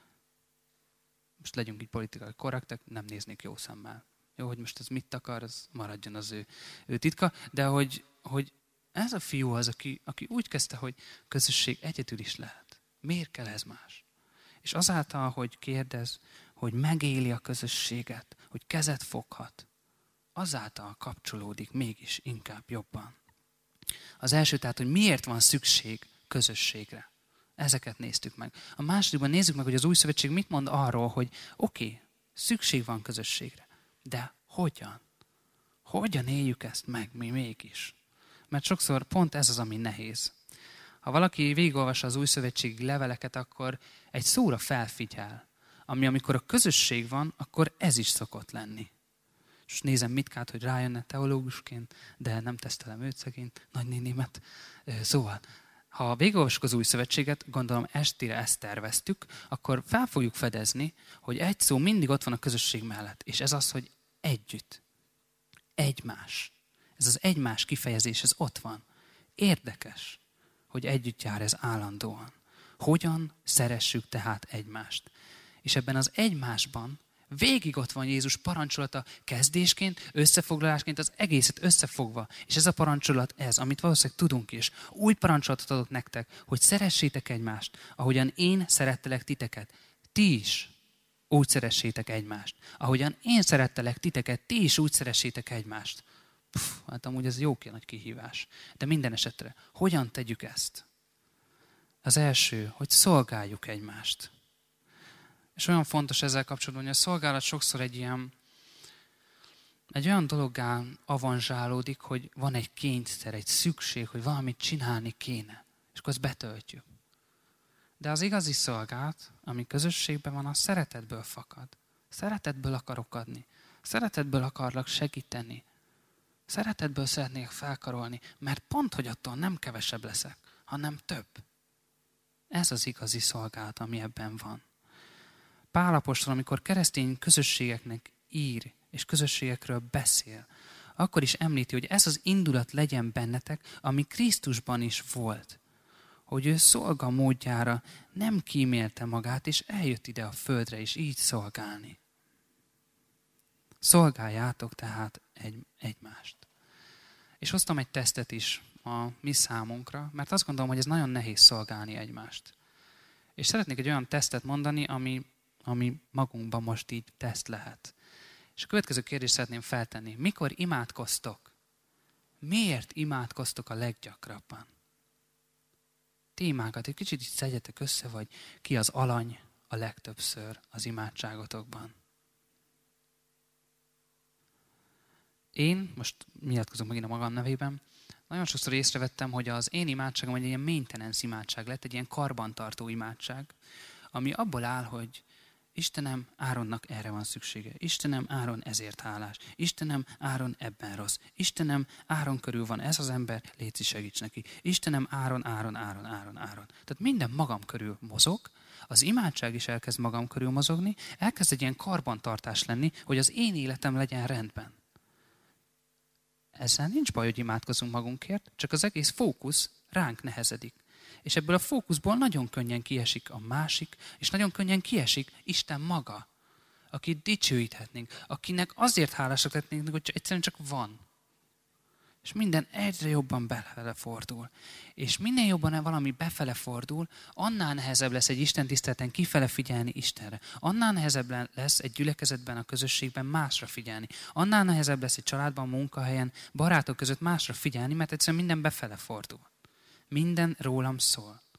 most legyünk így politikai korrektek, nem néznék jó szemmel. Jó, hogy most ez mit akar, az maradjon az ő, ő titka, de hogy, hogy ez a fiú az, aki, aki úgy kezdte, hogy közösség egyedül is lehet. Miért kell ez más? És azáltal, hogy kérdez, hogy megéli a közösséget, hogy kezet foghat, azáltal kapcsolódik mégis inkább jobban. Az első tehát, hogy miért van szükség közösségre. Ezeket néztük meg. A másodikban nézzük meg, hogy az Új Szövetség mit mond arról, hogy oké, okay, szükség van közösségre, de hogyan? Hogyan éljük ezt meg mi mégis? Mert sokszor pont ez az, ami nehéz. Ha valaki végigolvassa az Új Szövetségi leveleket, akkor egy szóra felfigyel, ami amikor a közösség van, akkor ez is szokott lenni. És nézem Mitkát, hogy rájönne teológusként, de nem tesztelem őt szegényt, nagynénémet. Szóval, ha végigolvassuk az Új Szövetséget, gondolom estére ezt terveztük, akkor fel fogjuk fedezni, hogy egy szó mindig ott van a közösség mellett, és ez az, hogy együtt. Egymás. Ez az egymás kifejezés, ez ott van. Érdekes, hogy együtt jár ez állandóan. Hogyan szeressük tehát egymást? És ebben az egymásban végig ott van Jézus parancsolata kezdésként, összefoglalásként, az egészet összefogva. És ez a parancsolat ez, amit valószínűleg tudunk is. Új parancsolatot adok nektek, hogy szeressétek egymást, ahogyan én szerettelek titeket. Ti is úgy szeressétek egymást. Ahogyan én szerettelek titeket, ti is úgy szeressétek egymást. Puff, hát amúgy ez jó nagy kihívás. De minden esetre, hogyan tegyük ezt? Az első, hogy szolgáljuk egymást. És olyan fontos ezzel kapcsolatban, hogy a szolgálat sokszor egy ilyen, egy olyan dologgá avanzsálódik, hogy van egy kényszer, egy szükség, hogy valamit csinálni kéne. És akkor ezt betöltjük. De az igazi szolgálat, ami közösségben van, az szeretetből fakad. Szeretetből akarok adni. Szeretetből akarlak segíteni. Szeretetből szeretnék felkarolni, mert pont, hogy attól nem kevesebb leszek, hanem több. Ez az igazi szolgálat, ami ebben van. Pál apostol, amikor keresztény közösségeknek ír, és közösségekről beszél, akkor is említi, hogy ez az indulat legyen bennetek, ami Krisztusban is volt. Hogy ő szolga módjára nem kímélte magát, és eljött ide a földre is így szolgálni. Szolgáljátok tehát egy, egymást. És hoztam egy tesztet is a mi számunkra, mert azt gondolom, hogy ez nagyon nehéz szolgálni egymást. És szeretnék egy olyan tesztet mondani, ami, ami magunkban most így teszt lehet. És a következő kérdést szeretném feltenni. Mikor imádkoztok? Miért imádkoztok a leggyakrabban? Témákat egy kicsit így szedjetek össze, vagy ki az alany a legtöbbször az imádságotokban. Én, most nyilatkozom megint a magam nevében, nagyon sokszor észrevettem, hogy az én imádságom egy ilyen maintenance imádság lett, egy ilyen karbantartó imádság, ami abból áll, hogy Istenem, Áronnak erre van szüksége. Istenem, Áron ezért hálás. Istenem, Áron ebben rossz. Istenem, Áron körül van ez az ember, léci segíts neki. Istenem, Áron, Áron, Áron, Áron, Áron. Tehát minden magam körül mozog, az imádság is elkezd magam körül mozogni, elkezd egy ilyen karbantartás lenni, hogy az én életem legyen rendben. Ezzel nincs baj, hogy imádkozunk magunkért, csak az egész fókusz ránk nehezedik. És ebből a fókuszból nagyon könnyen kiesik a másik, és nagyon könnyen kiesik Isten maga, akit dicsőíthetnénk, akinek azért hálásak lehetnénk, hogy egyszerűen csak van. És minden egyre jobban befele fordul. És minél jobban valami befele fordul, annál nehezebb lesz egy Isten tiszteleten kifele figyelni Istenre. Annál nehezebb lesz egy gyülekezetben, a közösségben másra figyelni. Annál nehezebb lesz egy családban, munkahelyen, barátok között másra figyelni, mert egyszerűen minden befele fordul. Minden rólam szól.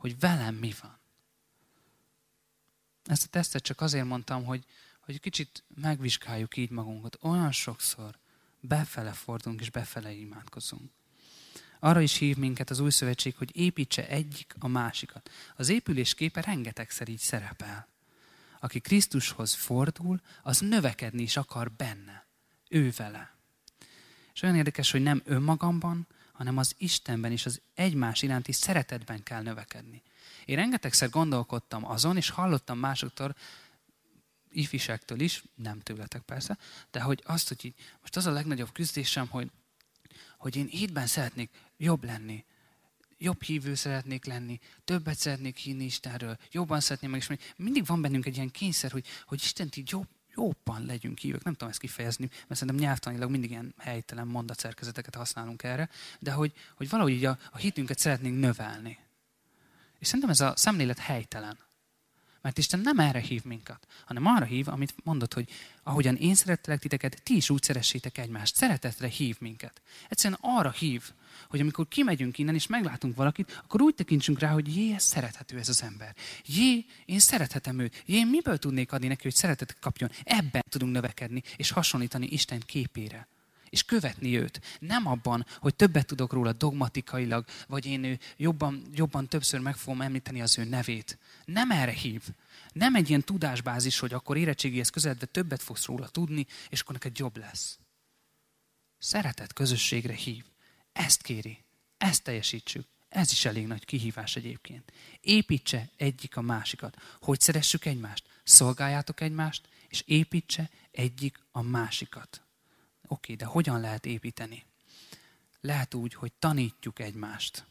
hogy velem mi van. Ezt a tesztet csak azért mondtam, hogy, hogy kicsit megvizsgáljuk így magunkat. Olyan sokszor befele fordulunk és befele imádkozunk. Arra is hív minket az Új Szövetség, hogy építse egyik a másikat. Az épülés képe rengetegszer így szerepel. Aki Krisztushoz fordul, az növekedni is akar benne. Ő vele. És olyan érdekes, hogy nem önmagamban, hanem az Istenben és az egymás iránti szeretetben kell növekedni. Én rengetegszer gondolkodtam azon, és hallottam másoktól, ifisektől is, nem tőletek persze, de hogy azt, hogy így, most az a legnagyobb küzdésem, hogy, hogy én hitben szeretnék jobb lenni, jobb hívő szeretnék lenni, többet szeretnék hinni Istenről, jobban szeretném megismerni. Mindig van bennünk egy ilyen kényszer, hogy, hogy Istent így jobb, jobban legyünk hívők. Nem tudom ezt kifejezni, mert szerintem nyelvtanilag mindig ilyen helytelen mondatszerkezeteket használunk erre, de hogy, hogy valahogy így a, a hitünket szeretnénk növelni. És szerintem ez a szemlélet helytelen. Mert Isten nem erre hív minket, hanem arra hív, amit mondott, hogy ahogyan én szerettelek titeket, ti is úgy szeressétek egymást. Szeretetre hív minket. Egyszerűen arra hív, hogy amikor kimegyünk innen és meglátunk valakit, akkor úgy tekintsünk rá, hogy jé, ez szerethető ez az ember. Jé, én szerethetem őt. Jé, én miből tudnék adni neki, hogy szeretetet kapjon. Ebben tudunk növekedni és hasonlítani Isten képére. És követni őt. Nem abban, hogy többet tudok róla dogmatikailag, vagy én ő jobban, jobban többször meg fogom említeni az ő nevét. Nem erre hív. Nem egy ilyen tudásbázis, hogy akkor érettségihez közeledve többet fogsz róla tudni, és akkor neked jobb lesz. Szeretet közösségre hív. Ezt kéri. Ezt teljesítsük. Ez is elég nagy kihívás egyébként. Építse egyik a másikat. Hogy szeressük egymást? Szolgáljátok egymást, és építse egyik a másikat. Oké, de hogyan lehet építeni? Lehet úgy, hogy tanítjuk egymást.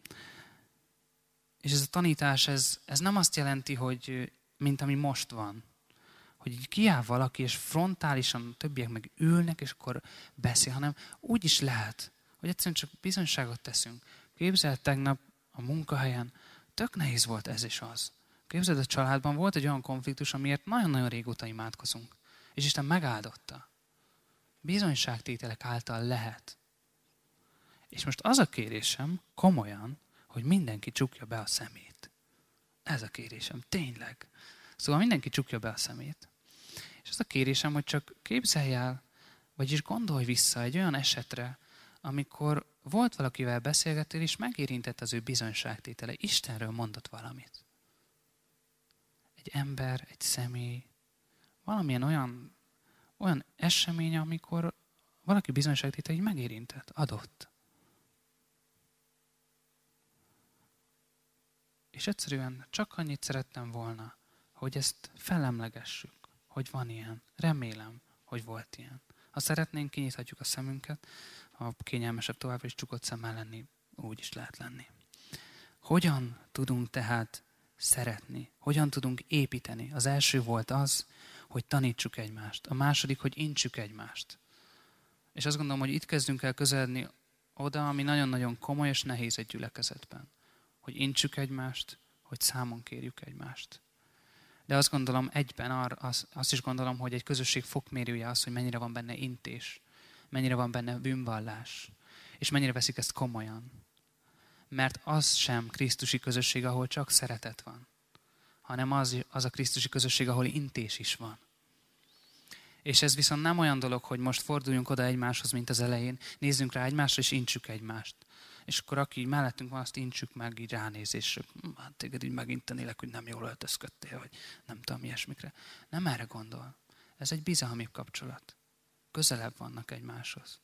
És ez a tanítás, ez, ez nem azt jelenti, hogy mint ami most van. Hogy így kiáll valaki, és frontálisan a többiek meg ülnek, és akkor beszél, hanem úgy is lehet, hogy egyszerűen csak bizonyságot teszünk. Képzeld, tegnap a munkahelyen tök nehéz volt ez és az. Képzeld, a családban volt egy olyan konfliktus, amiért nagyon-nagyon régóta imádkozunk. És Isten megáldotta. Bizonyságtételek által lehet. És most az a kérésem komolyan, hogy mindenki csukja be a szemét. Ez a kérésem, tényleg. Szóval mindenki csukja be a szemét. És az a kérésem, hogy csak képzelj el, vagyis gondolj vissza egy olyan esetre, amikor volt valakivel beszélgettél, és megérintett az ő bizonyságtétele. Istenről mondott valamit. Egy ember, egy személy, valamilyen olyan Olyan esemény, amikor valaki bizonyságtétel így megérintett, adott. És egyszerűen csak annyit szerettem volna, hogy ezt felemlegessük, hogy van ilyen. Remélem, hogy volt ilyen. Ha szeretnénk, kinyithatjuk a szemünket, ha kényelmesebb továbbra is csukott szemmel lenni, úgy is lehet lenni. Hogyan tudunk tehát szeretni? Hogyan tudunk építeni? Az első volt az, hogy tanítsuk egymást. A második, hogy intsük egymást. És azt gondolom, hogy itt kezdünk el közeledni oda, ami nagyon-nagyon komoly és nehéz egy gyülekezetben. Hogy intsük egymást, hogy számon kérjük egymást. De azt gondolom egyben, azt, azt is gondolom, hogy egy közösség fokmérője az, hogy mennyire van benne intés, mennyire van benne bűnvallás, és mennyire veszik ezt komolyan. Mert az sem krisztusi közösség, ahol csak szeretet van, hanem az, az a krisztusi közösség, ahol intés is van. És ez viszont nem olyan dolog, hogy most forduljunk oda egymáshoz, mint az elején, nézzünk rá egymásra, és intsük egymást. És akkor aki így mellettünk van, azt intsük meg, így ránézésre. Hát téged így megintenélek, hogy nem jól öltözködtél, vagy nem tudom, ilyesmikre. Nem erre gondol. Ez egy bizalmi kapcsolat. Közelebb vannak egymáshoz.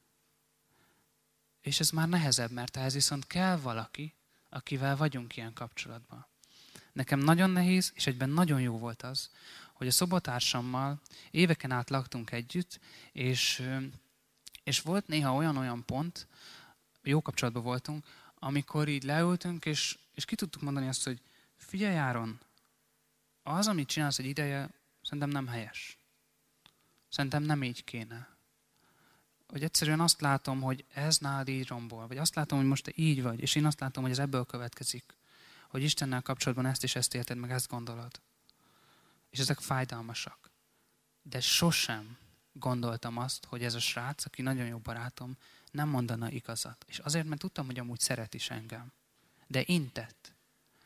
És ez már nehezebb, mert ehhez viszont kell valaki, akivel vagyunk ilyen kapcsolatban. Nekem nagyon nehéz, és egyben nagyon jó volt az, hogy a szobotársammal éveken át laktunk együtt, és, és volt néha olyan-olyan pont, jó kapcsolatban voltunk, amikor így leültünk, és, és ki tudtuk mondani azt, hogy figyelj Áron, az, amit csinálsz egy ideje, szerintem nem helyes. Szerintem nem így kéne. Hogy egyszerűen azt látom, hogy ez nálad így rombol, vagy azt látom, hogy most te így vagy, és én azt látom, hogy ez ebből következik. Hogy Istennel kapcsolatban ezt és ezt érted, meg ezt gondolod. És ezek fájdalmasak. De sosem gondoltam azt, hogy ez a srác, aki nagyon jó barátom, nem mondana igazat. És azért, mert tudtam, hogy amúgy szeret is engem. De intett.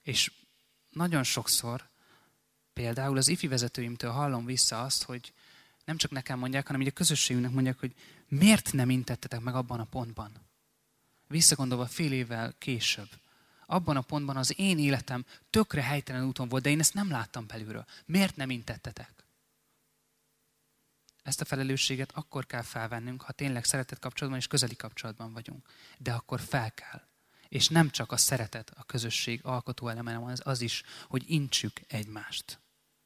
És nagyon sokszor, például az ifi vezetőimtől hallom vissza azt, hogy nem csak nekem mondják, hanem így a közösségünknek mondják, hogy miért nem intettetek meg abban a pontban. Visszagondolva fél évvel később. Abban a pontban az én életem tökre helytelen úton volt, de én ezt nem láttam belülről. Miért nem intettetek? Ezt a felelősséget akkor kell felvennünk, ha tényleg szeretet kapcsolatban és közeli kapcsolatban vagyunk. De akkor fel kell. És nem csak a szeretet, a közösség alkotó eleme, hanem az, az is, hogy intsük egymást.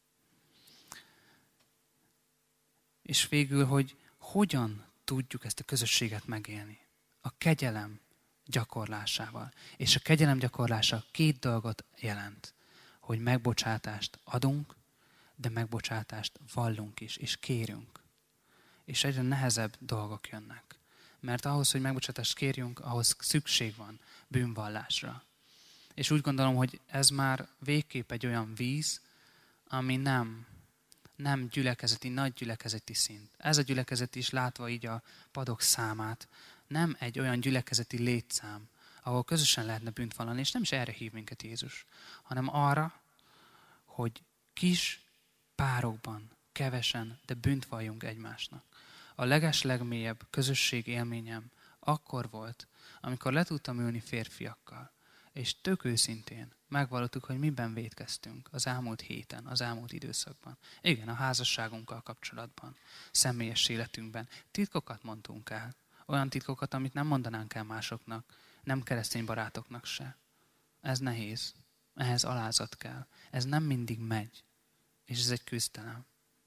És végül, hogy hogyan tudjuk ezt a közösséget megélni. A kegyelem gyakorlásával. És a kegyelem gyakorlása két dolgot jelent. Hogy megbocsátást adunk, de megbocsátást vallunk is, és kérünk. És egyre nehezebb dolgok jönnek. Mert ahhoz, hogy megbocsátást kérjünk, ahhoz szükség van bűnvallásra. És úgy gondolom, hogy ez már végképp egy olyan víz, ami nem, nem gyülekezeti, nagy gyülekezeti szint. Ez a gyülekezet is látva így a padok számát, nem egy olyan gyülekezeti létszám, ahol közösen lehetne bűnt vallani, és nem is erre hív minket Jézus, hanem arra, hogy kis párokban, kevesen, de bűnt valljunk egymásnak. A legeslegmélyebb közösség élményem akkor volt, amikor le tudtam ülni férfiakkal, és tök őszintén megvallottuk, hogy miben vétkeztünk az elmúlt héten, az elmúlt időszakban. Igen, a házasságunkkal kapcsolatban, személyes életünkben. Titkokat mondtunk el, olyan titkokat, amit nem mondanánk el másoknak, nem keresztény barátoknak se. Ez nehéz, ehhez alázat kell. Ez nem mindig megy, és ez egy küzdelem.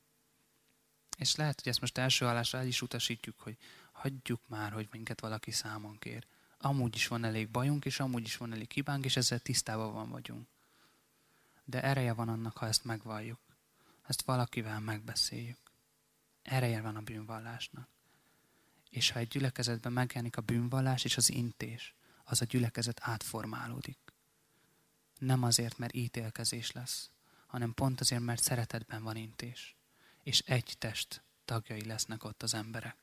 És lehet, hogy ezt most első hallásra el is utasítjuk, hogy hagyjuk már, hogy minket valaki számon kér. Amúgy is van elég bajunk, és amúgy is van elég hibánk, és ezzel tisztában van vagyunk. De ereje van annak, ha ezt megvalljuk. Ezt valakivel megbeszéljük. Ereje van a bűnvallásnak. És ha egy gyülekezetben megjelenik a bűnvallás és az intés, az a gyülekezet átformálódik. Nem azért, mert ítélkezés lesz, hanem pont azért, mert szeretetben van intés. És egy test tagjai lesznek ott az emberek.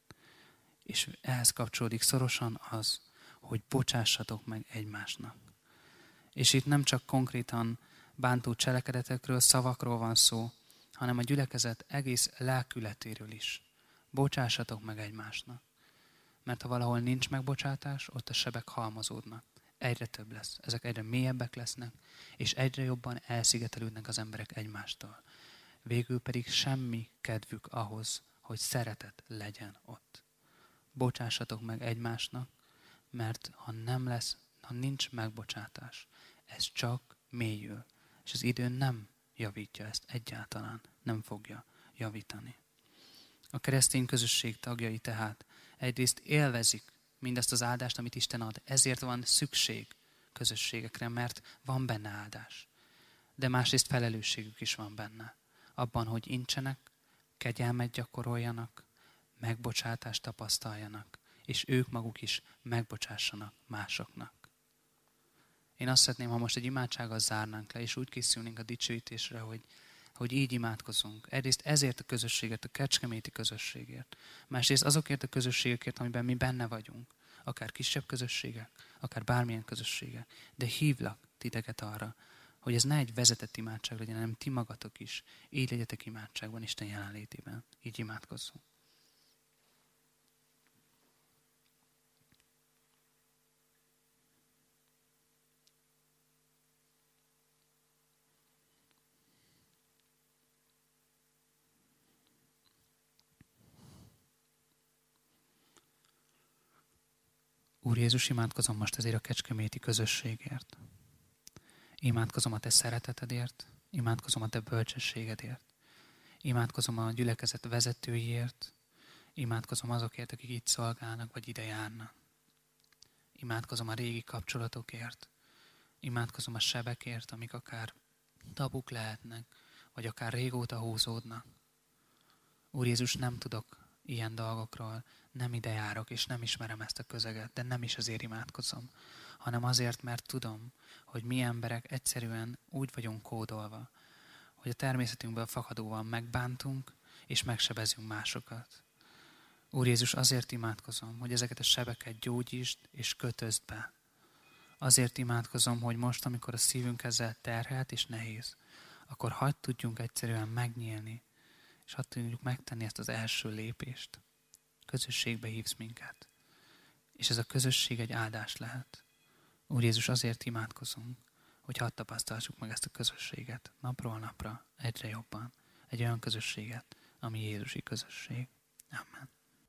És ehhez kapcsolódik szorosan az, hogy bocsássatok meg egymásnak. És itt nem csak konkrétan bántó cselekedetekről, szavakról van szó, hanem a gyülekezet egész lelkületéről is. Bocsássatok meg egymásnak. Mert ha valahol nincs megbocsátás, ott a sebek halmozódnak. Egyre több lesz. Ezek egyre mélyebbek lesznek, és egyre jobban elszigetelődnek az emberek egymástól. Végül pedig semmi kedvük ahhoz, hogy szeretet legyen ott. Bocsássatok meg egymásnak, mert ha nem lesz, ha nincs megbocsátás, ez csak mélyül. És az idő nem javítja ezt egyáltalán, nem fogja javítani. A keresztény közösség tagjai tehát egyrészt élvezik mindazt az áldást, amit Isten ad. Ezért van szükség közösségekre, mert van benne áldás. De másrészt felelősségük is van benne. Abban, hogy intsenek, kegyelmet gyakoroljanak, megbocsátást tapasztaljanak, és ők maguk is megbocsássanak másoknak. Én azt szeretném, ha most egy imádsággal zárnánk le, és úgy készülnénk a dicsőítésre, hogy, hogy így imádkozunk. Egyrészt ezért a közösségért, a kecskeméti közösségért. Másrészt azokért a közösségekért, amiben mi benne vagyunk. Akár kisebb közösségek, akár bármilyen közösségek. De hívlak titeket arra, hogy ez ne egy vezetett imádság legyen, hanem ti magatok is. Így legyetek imádságban, Isten jelenlétében. Így imádkozzunk. Úr Jézus, imádkozom most ezért a kecskeméti közösségért. Imádkozom a te szeretetedért, imádkozom a te bölcsességedért, imádkozom a gyülekezet vezetőiért, imádkozom azokért, akik itt szolgálnak, vagy ide járnak. Imádkozom a régi kapcsolatokért, imádkozom a sebekért, amik akár tabuk lehetnek, vagy akár régóta húzódnak. Úr Jézus, nem tudok ilyen dolgokról, nem ide járok, és nem ismerem ezt a közeget, de nem is azért imádkozom, hanem azért, mert tudom, hogy mi emberek egyszerűen úgy vagyunk kódolva, hogy a természetünkből fakadóan megbántunk, és megsebezünk másokat. Úr Jézus, azért imádkozom, hogy ezeket a sebeket gyógyítsd és kötözd be Azért imádkozom, hogy most, amikor a szívünk ezzel terhelt és nehéz, akkor hagyd tudjunk egyszerűen megnyílni, és hadd tudjuk megtenni ezt az első lépést. Közösségbe hívsz minket. És ez a közösség egy áldás lehet. Úr Jézus, azért imádkozunk, hogy hadd tapasztaljuk meg ezt a közösséget napról napra, egyre jobban. Egy olyan közösséget, ami Jézusi közösség. Amen.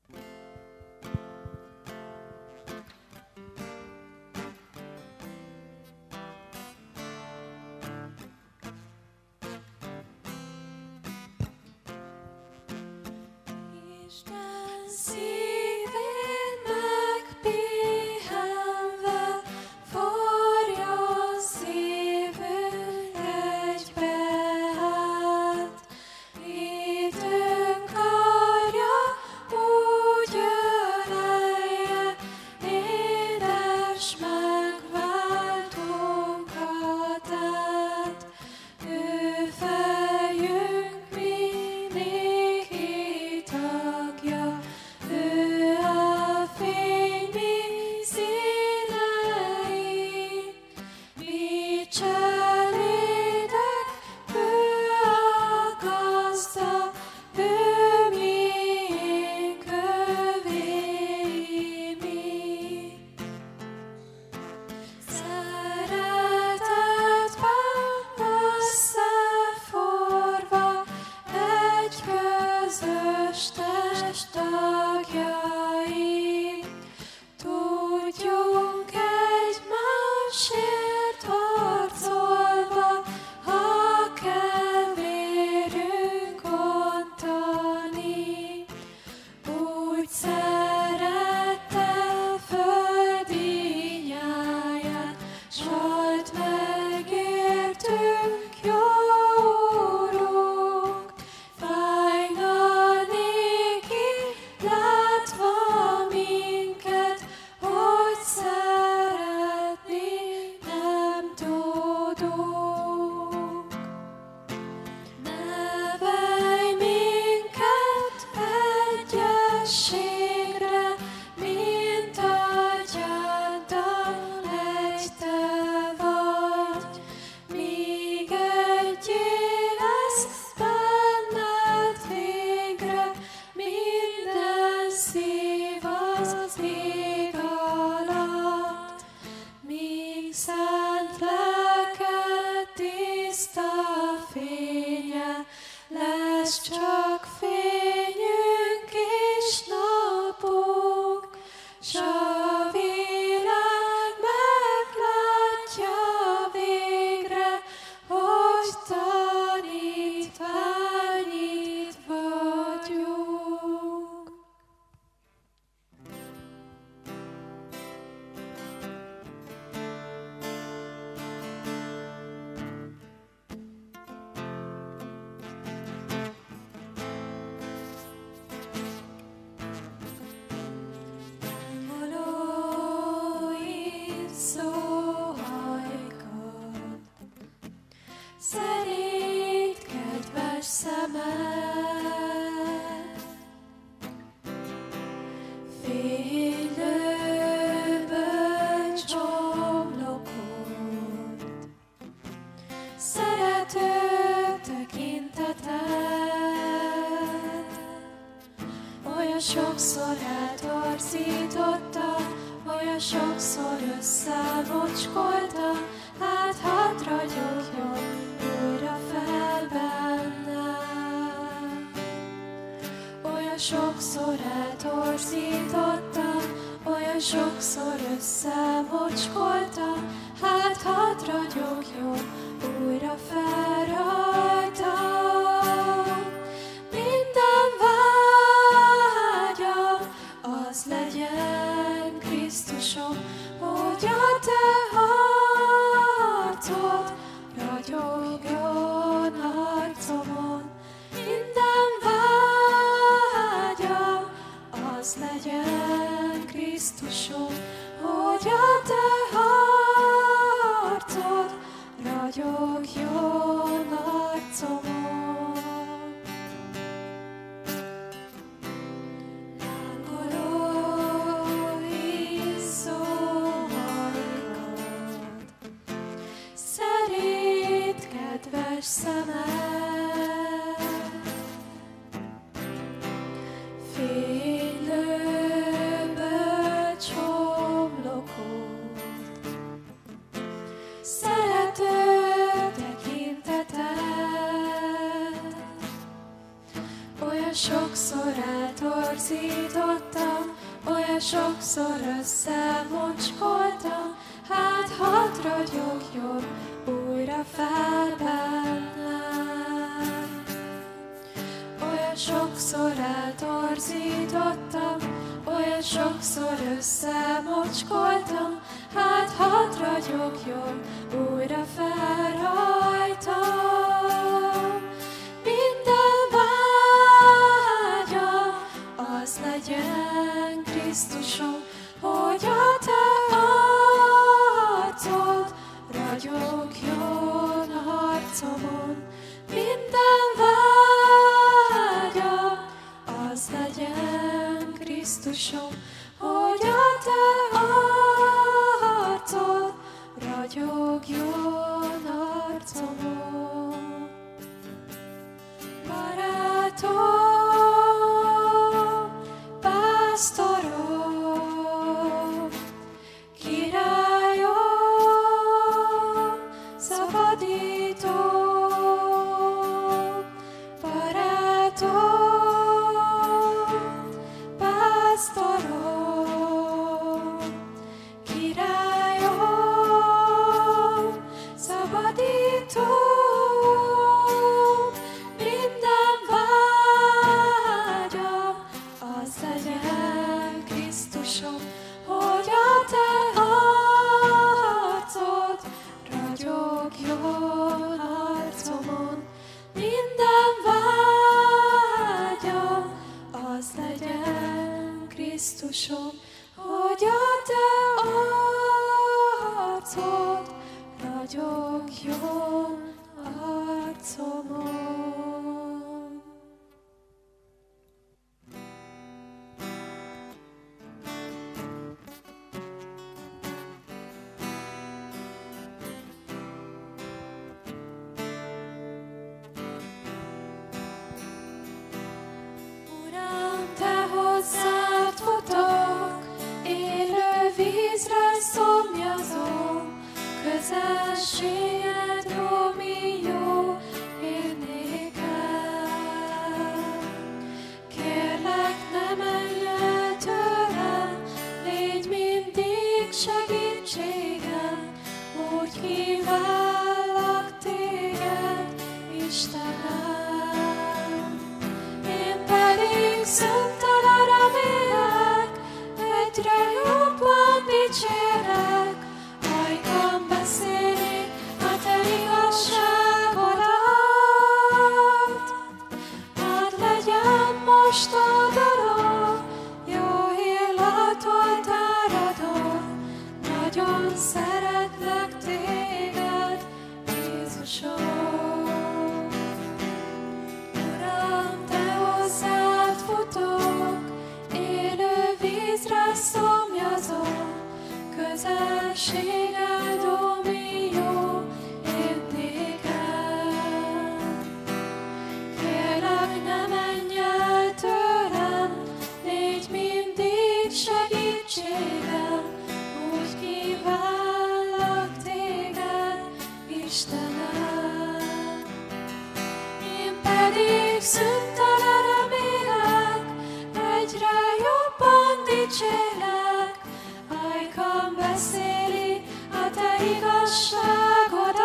Sokszor eltorzította, olyan sokszor összemocskolta, hát hadd ragyogjon újra fel bennem. Olyan sokszor eltorzította, olyan sokszor összemocskolta, hát hadd ragyogjon újra fel rajtam. Az legyen Krisztusom, hogy a te harcod ragyogjon arcomon. Minden vágyam, az legyen Krisztusom, hogy a te harcod üres szemed, fénylő bölcs homlokod, szerető tekinteted, olyan sokszor eltorzítottam, olyan sokszor összemocskoltam, hát hadd ragyogjon újra fel bennem. Olyan sokszor eltorzítottam, olyan sokszor összemocskoltam, hát hadd ragyogjon újra fel rajtam. Minden vágya az legyen, Krisztusom, hogy a te arcod ragyogjon a harcomon. Minden vágya az legyen, Krisztusom, hogy a te arcod ragyogjon a harcomon. Barátom, pásztorom, királyom, szabadítom, barátom, pásztorom, királyom, szabadítom, minden vágyam az legyen, Krisztusom, hogy a te arcod ragyogjon arcomon. Minden vágyam az legyen, Krisztusom, hogy a te arcod ragyogjon arcomon. Uram, te hozzád futok, élő vízre szomjazom, közelséged jó, mi jó, érnék el. Kérlek, ne menj el tőlem, légy mindig segítségem, úgy kívánlak téged, Istenem. Én pedig szüntelen remélek, egyre jobban dicsérlek, ajkam beszéli a te igazságodat. Hadd legyen most a dalom, jó illatoltáradon, nagyon szeretlek téged, Jézusom. Uram, te hozzád futok, élő vízre szomjazom, közelséged, ó, mi jó, érnék el. Kérlek, ne menj el tőlem, légy mindig segítségem, úgy kívánlak téged, Istenem. Én pedig szüntelen remélek, egyre jobban dicsérlek, ajkam beszéli a te igazságodat.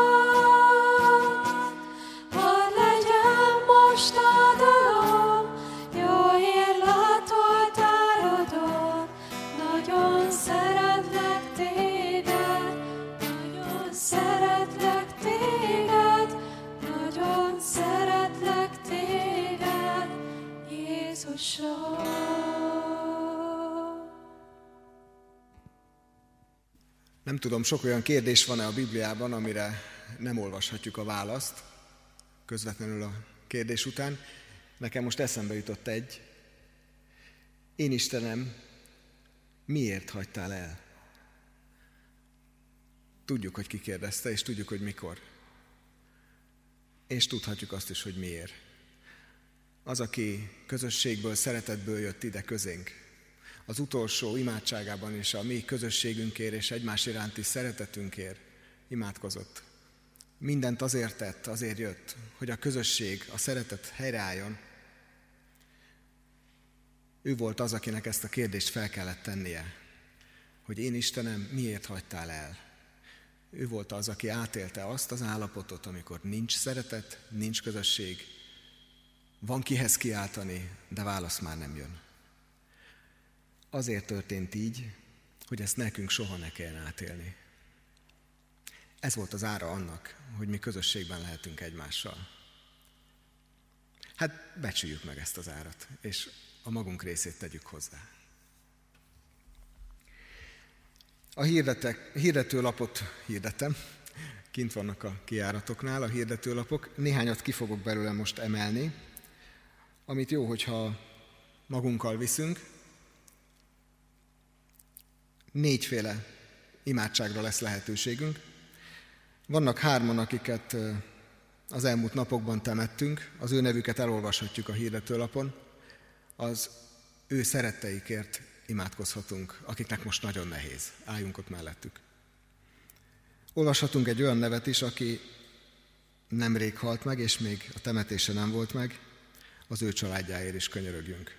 Hadd legyen most a dalom, jó illatoltárodon, nagyon szeretlek téged, nagyon szeretlek téged, nagyon szeretlek téged, Jézusom. Nem tudom, sok olyan kérdés van-e a Bibliában, amire nem olvashatjuk a választ közvetlenül a kérdés után. Nekem most eszembe jutott egy. Én Istenem, miért hagytál el? Tudjuk, hogy ki kérdezte, és tudjuk, hogy mikor. és tudhatjuk azt is, hogy miért. Az, aki közösségből, szeretetből jött ide közénk, az utolsó imádságában is a mi közösségünkért és egymás iránti szeretetünkért imádkozott. Mindent azért tett, azért jött, hogy a közösség, a szeretet helyreálljon. Ő volt az, akinek ezt a kérdést fel kellett tennie, hogy én Istenem, miért hagytál el? Ő volt az, aki átélte azt az állapotot, amikor nincs szeretet, nincs közösség, van kihez kiáltani, de válasz már nem jön. Azért történt így, hogy ezt nekünk soha ne kelljen átélni. Ez volt az ára annak, hogy mi közösségben lehetünk egymással. Hát becsüljük meg ezt az árat, és a magunk részét tegyük hozzá. A hirdetek, hirdetőlapot hirdetem, kint vannak a kijáratoknál a hirdetőlapok, néhányat ki fogok belőle most emelni, amit jó, hogyha magunkkal viszünk. Négyféle imádságra lesz lehetőségünk. Vannak hárman, akiket az elmúlt napokban temettünk, az ő nevüket elolvashatjuk a hirdetőlapon, az ő szeretteikért imádkozhatunk, akiknek most nagyon nehéz. Álljunk ott mellettük. Olvashatunk egy olyan nevet is, aki nemrég halt meg, és még a temetése nem volt meg, az ő családjáért is könyörögjünk.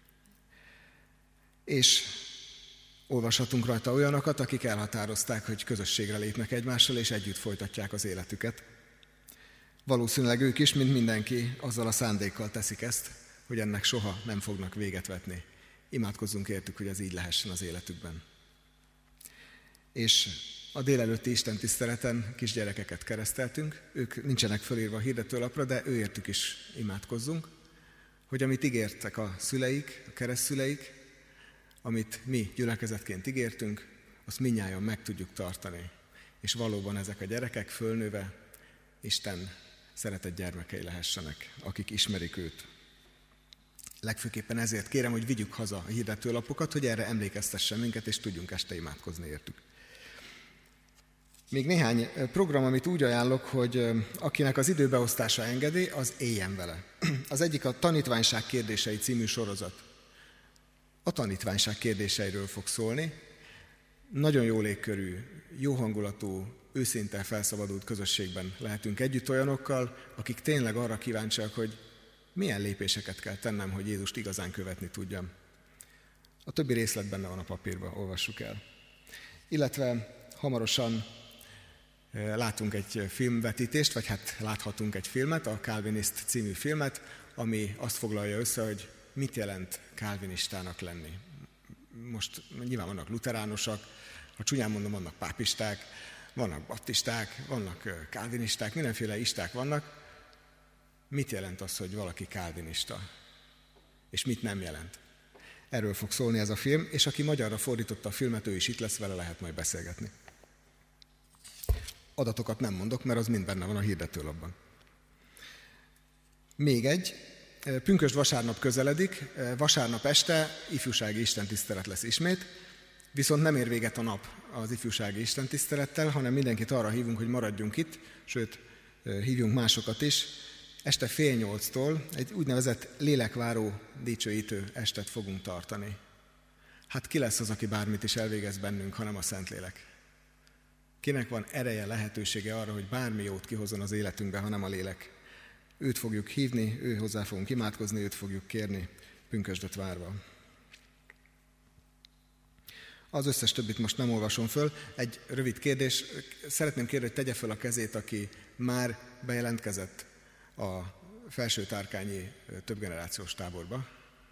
És olvashatunk rajta olyanokat, akik elhatározták, hogy közösségre lépnek egymással, és együtt folytatják az életüket. Valószínűleg ők is, mint mindenki, azzal a szándékkal teszik ezt, hogy ennek soha nem fognak véget vetni. Imádkozzunk értük, hogy ez így lehessen az életükben. És a délelőtti istentiszteleten kisgyerekeket kereszteltünk, ők nincsenek fölírva a hirdetőlapra, de őértük is imádkozzunk, hogy amit ígértek a szüleik, a keresztszüleik, amit mi gyülekezetként ígértünk, azt mindnyájan meg tudjuk tartani. És valóban ezek a gyerekek fölnőve Isten szeretett gyermekei lehessenek, akik ismerik őt. Legfőképpen ezért kérem, hogy vigyük haza a hirdetőlapokat, hogy erre emlékeztessen minket, és tudjunk este imádkozni értük. Még néhány program, amit úgy ajánlok, hogy akinek az időbeosztása engedi, az éljen vele. Az egyik a Tanítványság kérdései című sorozat. A tanítványság kérdéseiről fog szólni. Nagyon jó légkörű, jó hangulatú, őszinte felszabadult közösségben lehetünk együtt olyanokkal, akik tényleg arra kíváncsiak, hogy milyen lépéseket kell tennem, hogy Jézust igazán követni tudjam. A többi részlet benne van a papírban, olvassuk el. Illetve hamarosan látunk egy filmvetítést, vagy hát láthatunk egy filmet, a Calvinist című filmet, ami azt foglalja össze, hogy mit jelent kálvinistának lenni. Most nyilván vannak luteránosak, ha csúnyán mondom, vannak pápisták, vannak baptisták, vannak kálvinisták, mindenféle isták vannak. Mit jelent az, hogy valaki kálvinista? És mit nem jelent? Erről fog szólni ez a film, és aki magyarra fordította a filmet, ő is itt lesz, vele lehet majd beszélgetni. Adatokat nem mondok, mert az mind benne van a hirdetőlapban. Még egy, pünkösd vasárnap közeledik, vasárnap este ifjúsági istentisztelet lesz ismét, viszont nem ér véget a nap az ifjúsági istentisztelettel, hanem mindenkit arra hívunk, hogy maradjunk itt, sőt, hívjunk másokat is. Este fél nyolctól egy úgynevezett lélekváró dicsőítő estet fogunk tartani. Hát ki lesz az, aki bármit is elvégez bennünk, hanem a Szentlélek? Kinek van ereje, lehetősége arra, hogy bármi jót kihozzon az életünkbe, hanem a lélek? Őt fogjuk hívni, ő hozzá fogunk imádkozni, őt fogjuk kérni, pünkösdöt várva. Az összes többit most nem olvasom föl. Egy rövid kérdés. Szeretném kérni, hogy tegye föl a kezét, aki már bejelentkezett a felsőtárkányi többgenerációs táborba.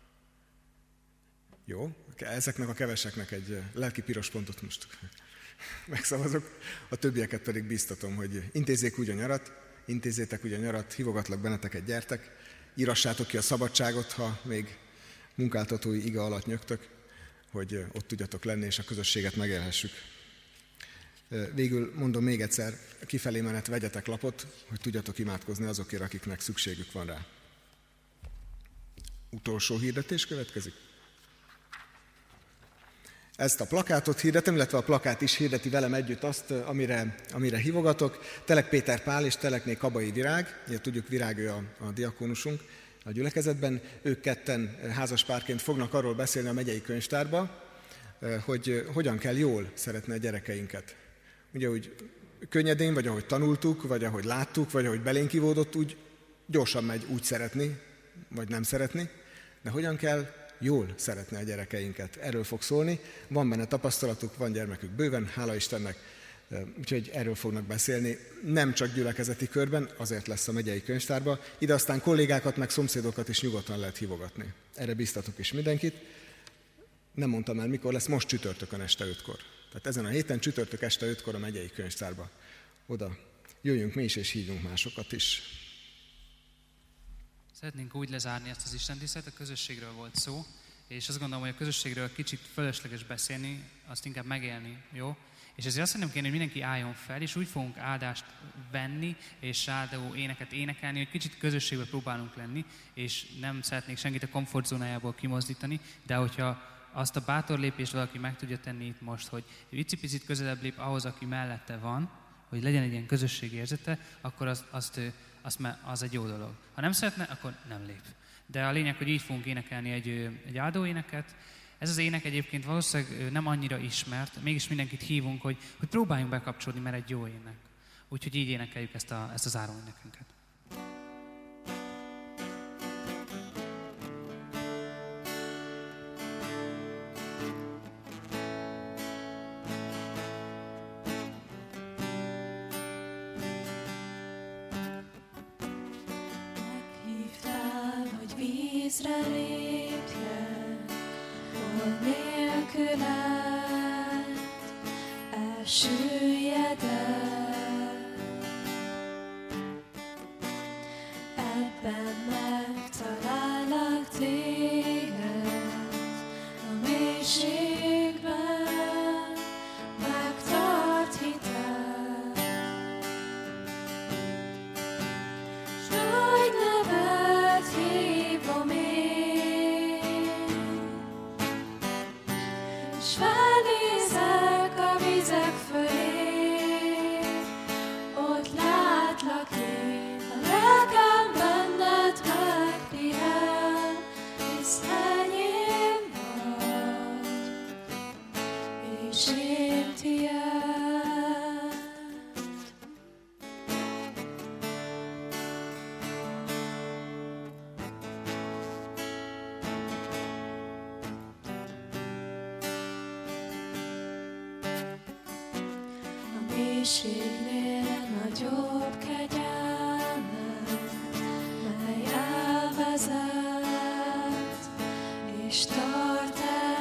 Jó, ezeknek a keveseknek egy lelki piros pontot most megszavazok, a többieket pedig bíztatom, hogy intézzék úgy a nyarat, intézzétek úgy a nyarat, hívogatlak benneteket, gyertek, írassátok ki a szabadságot, ha még munkáltatói iga alatt nyögtök, hogy ott tudjatok lenni, és a közösséget megélhessük. Végül mondom még egyszer, kifelé menet vegyetek lapot, hogy tudjatok imádkozni azokért, akiknek szükségük van rá. Utolsó hirdetés következik. Ezt a plakátot hirdetem, illetve a plakát is hirdeti velem együtt azt, amire, amire hívogatok. Telek Péter Pál és Telekné Kabai Virág, ugye tudjuk, Virág ő a, a diakónusunk a gyülekezetben, ők ketten házaspárként fognak arról beszélni a megyei könyvtárba, hogy hogyan kell jól szeretni a gyerekeinket. Ugye úgy könnyedén, vagy ahogy tanultuk, vagy ahogy láttuk, vagy ahogy belénk ivódott, úgy gyorsan megy úgy szeretni, vagy nem szeretni, de hogyan kell jól szeretni a gyerekeinket. Erről fog szólni, van benne tapasztalatuk, van gyermekük bőven, hála Istennek, úgyhogy erről fognak beszélni, nem csak gyülekezeti körben, azért lesz a megyei könyvtárba, ide aztán kollégákat, meg szomszédokat is nyugodtan lehet hívogatni. Erre biztatok is mindenkit. Nem mondtam el, mikor lesz, most csütörtökön este ötkor. Tehát ezen a héten csütörtök este ötkor a megyei könyvtárba. Oda jöjjünk mi is, és hívjunk másokat is. Szeretnénk úgy lezárni ezt az istentiszteletet, a közösségről volt szó, és azt gondolom, hogy a közösségről kicsit fölösleges beszélni, azt inkább megélni, jó? És ezért azt szeretném kérni, hogy mindenki álljon fel, és úgy fogunk áldást venni, és áldó éneket énekelni, hogy kicsit közösségben próbálunk lenni, és nem szeretnék senkit a komfortzónájából kimozdítani, de hogyha azt a bátor lépést valaki meg tudja tenni itt most, hogy icipicit közelebb lép ahhoz, aki mellette van, hogy legyen egy ilyen közösségi érzete, akkor azt, azt, azt, az egy jó dolog. Ha nem szeretne, akkor nem lép. De a lényeg, hogy így fogunk énekelni egy, egy áldóéneket. Ez az ének egyébként valószínűleg nem annyira ismert, mégis mindenkit hívunk, hogy, hogy próbáljunk bekapcsolni, mert egy jó ének. Úgyhogy így énekeljük ezt, a, ezt az áróénekünket. Vízre lépjen, hol nélküled elsüllyed el. Ebben megtalállak téged, a mélységben megtart hited. S nagy nevet hívom én, s felnézek a vizek fölé, ott látlak én, a lelkem benned megpihen, hisz enyém vagy, és én tiéd. A mélységnél nagyobb kegyelmed, mely elvezet és tart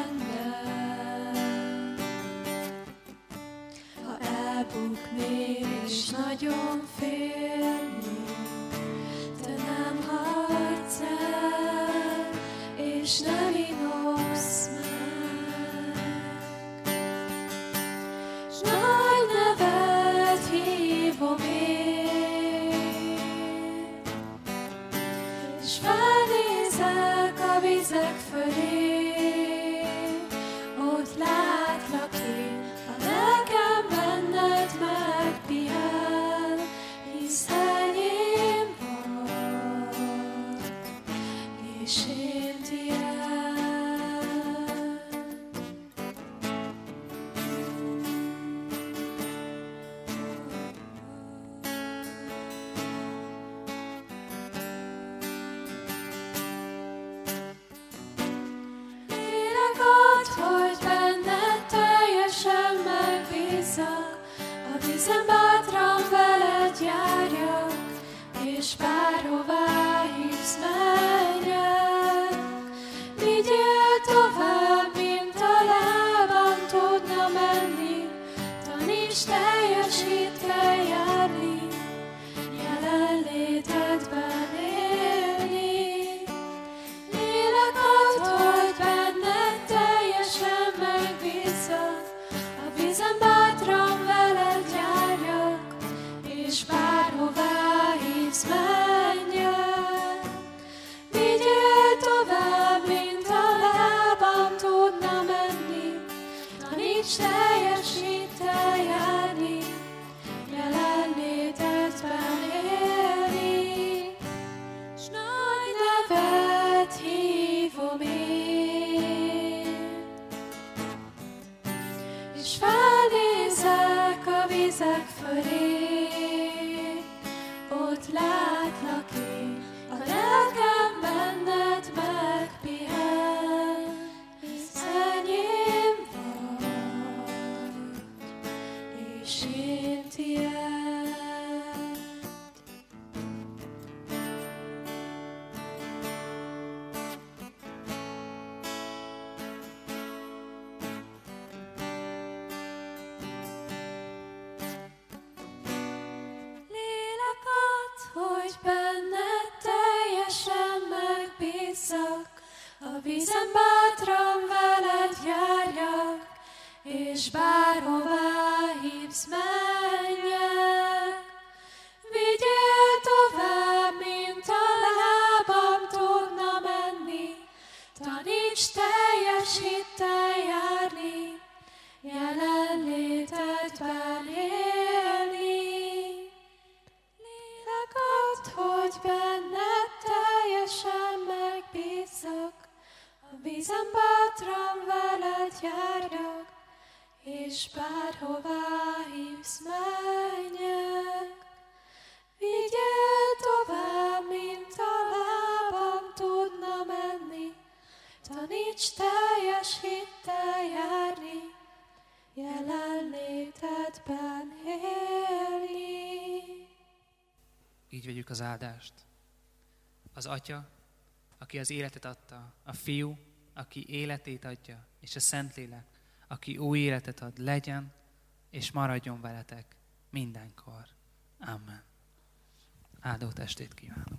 engem. Ha elbuknék és nagyon félnék, te nem hagysz el, és nem inogsz meg. S nagy nevet hívom én, és felnézek a vizek fölé, ott látlak én, a lelkem benned megpihen, hisz enyém vagy, és én tiéd. Lélek ad, hogy benned teljesen megbízzak, a vízen bátran veled járjak, és bárhová hívsz, menjek. Vigyél tovább, mint a lábam tudna menni, taníts teljesítve járni, jelenlétedben élni. Lélek ad, hogy benned teljesen megbízzak, a vízen bátran veled járjak, és bárhová hívsz, menjek. Vigyél tovább, mint a lábam tudna menni, Viszem bátran veled járjak, és bárhová hívsz, menjek. Vigyél tovább, mint a lábam tudna menni, taníts teljes hittel járni, jelenlétedben élni. Lélek add, hogy benned teljesen megbízzak, a vízen bátran veled járjak, és bárhová hívsz, menjek. Vigyél tovább, mint a lábam tudna menni, taníts teljes hittel járni, jelenlétedben élni. Így vegyük az áldást. Az Atya, aki az életet adta, a Fiú, aki életét adja, és a Szentlélek, aki új életet ad, legyen, és maradjon veletek mindenkor. Amen. Áldott estét kívánok!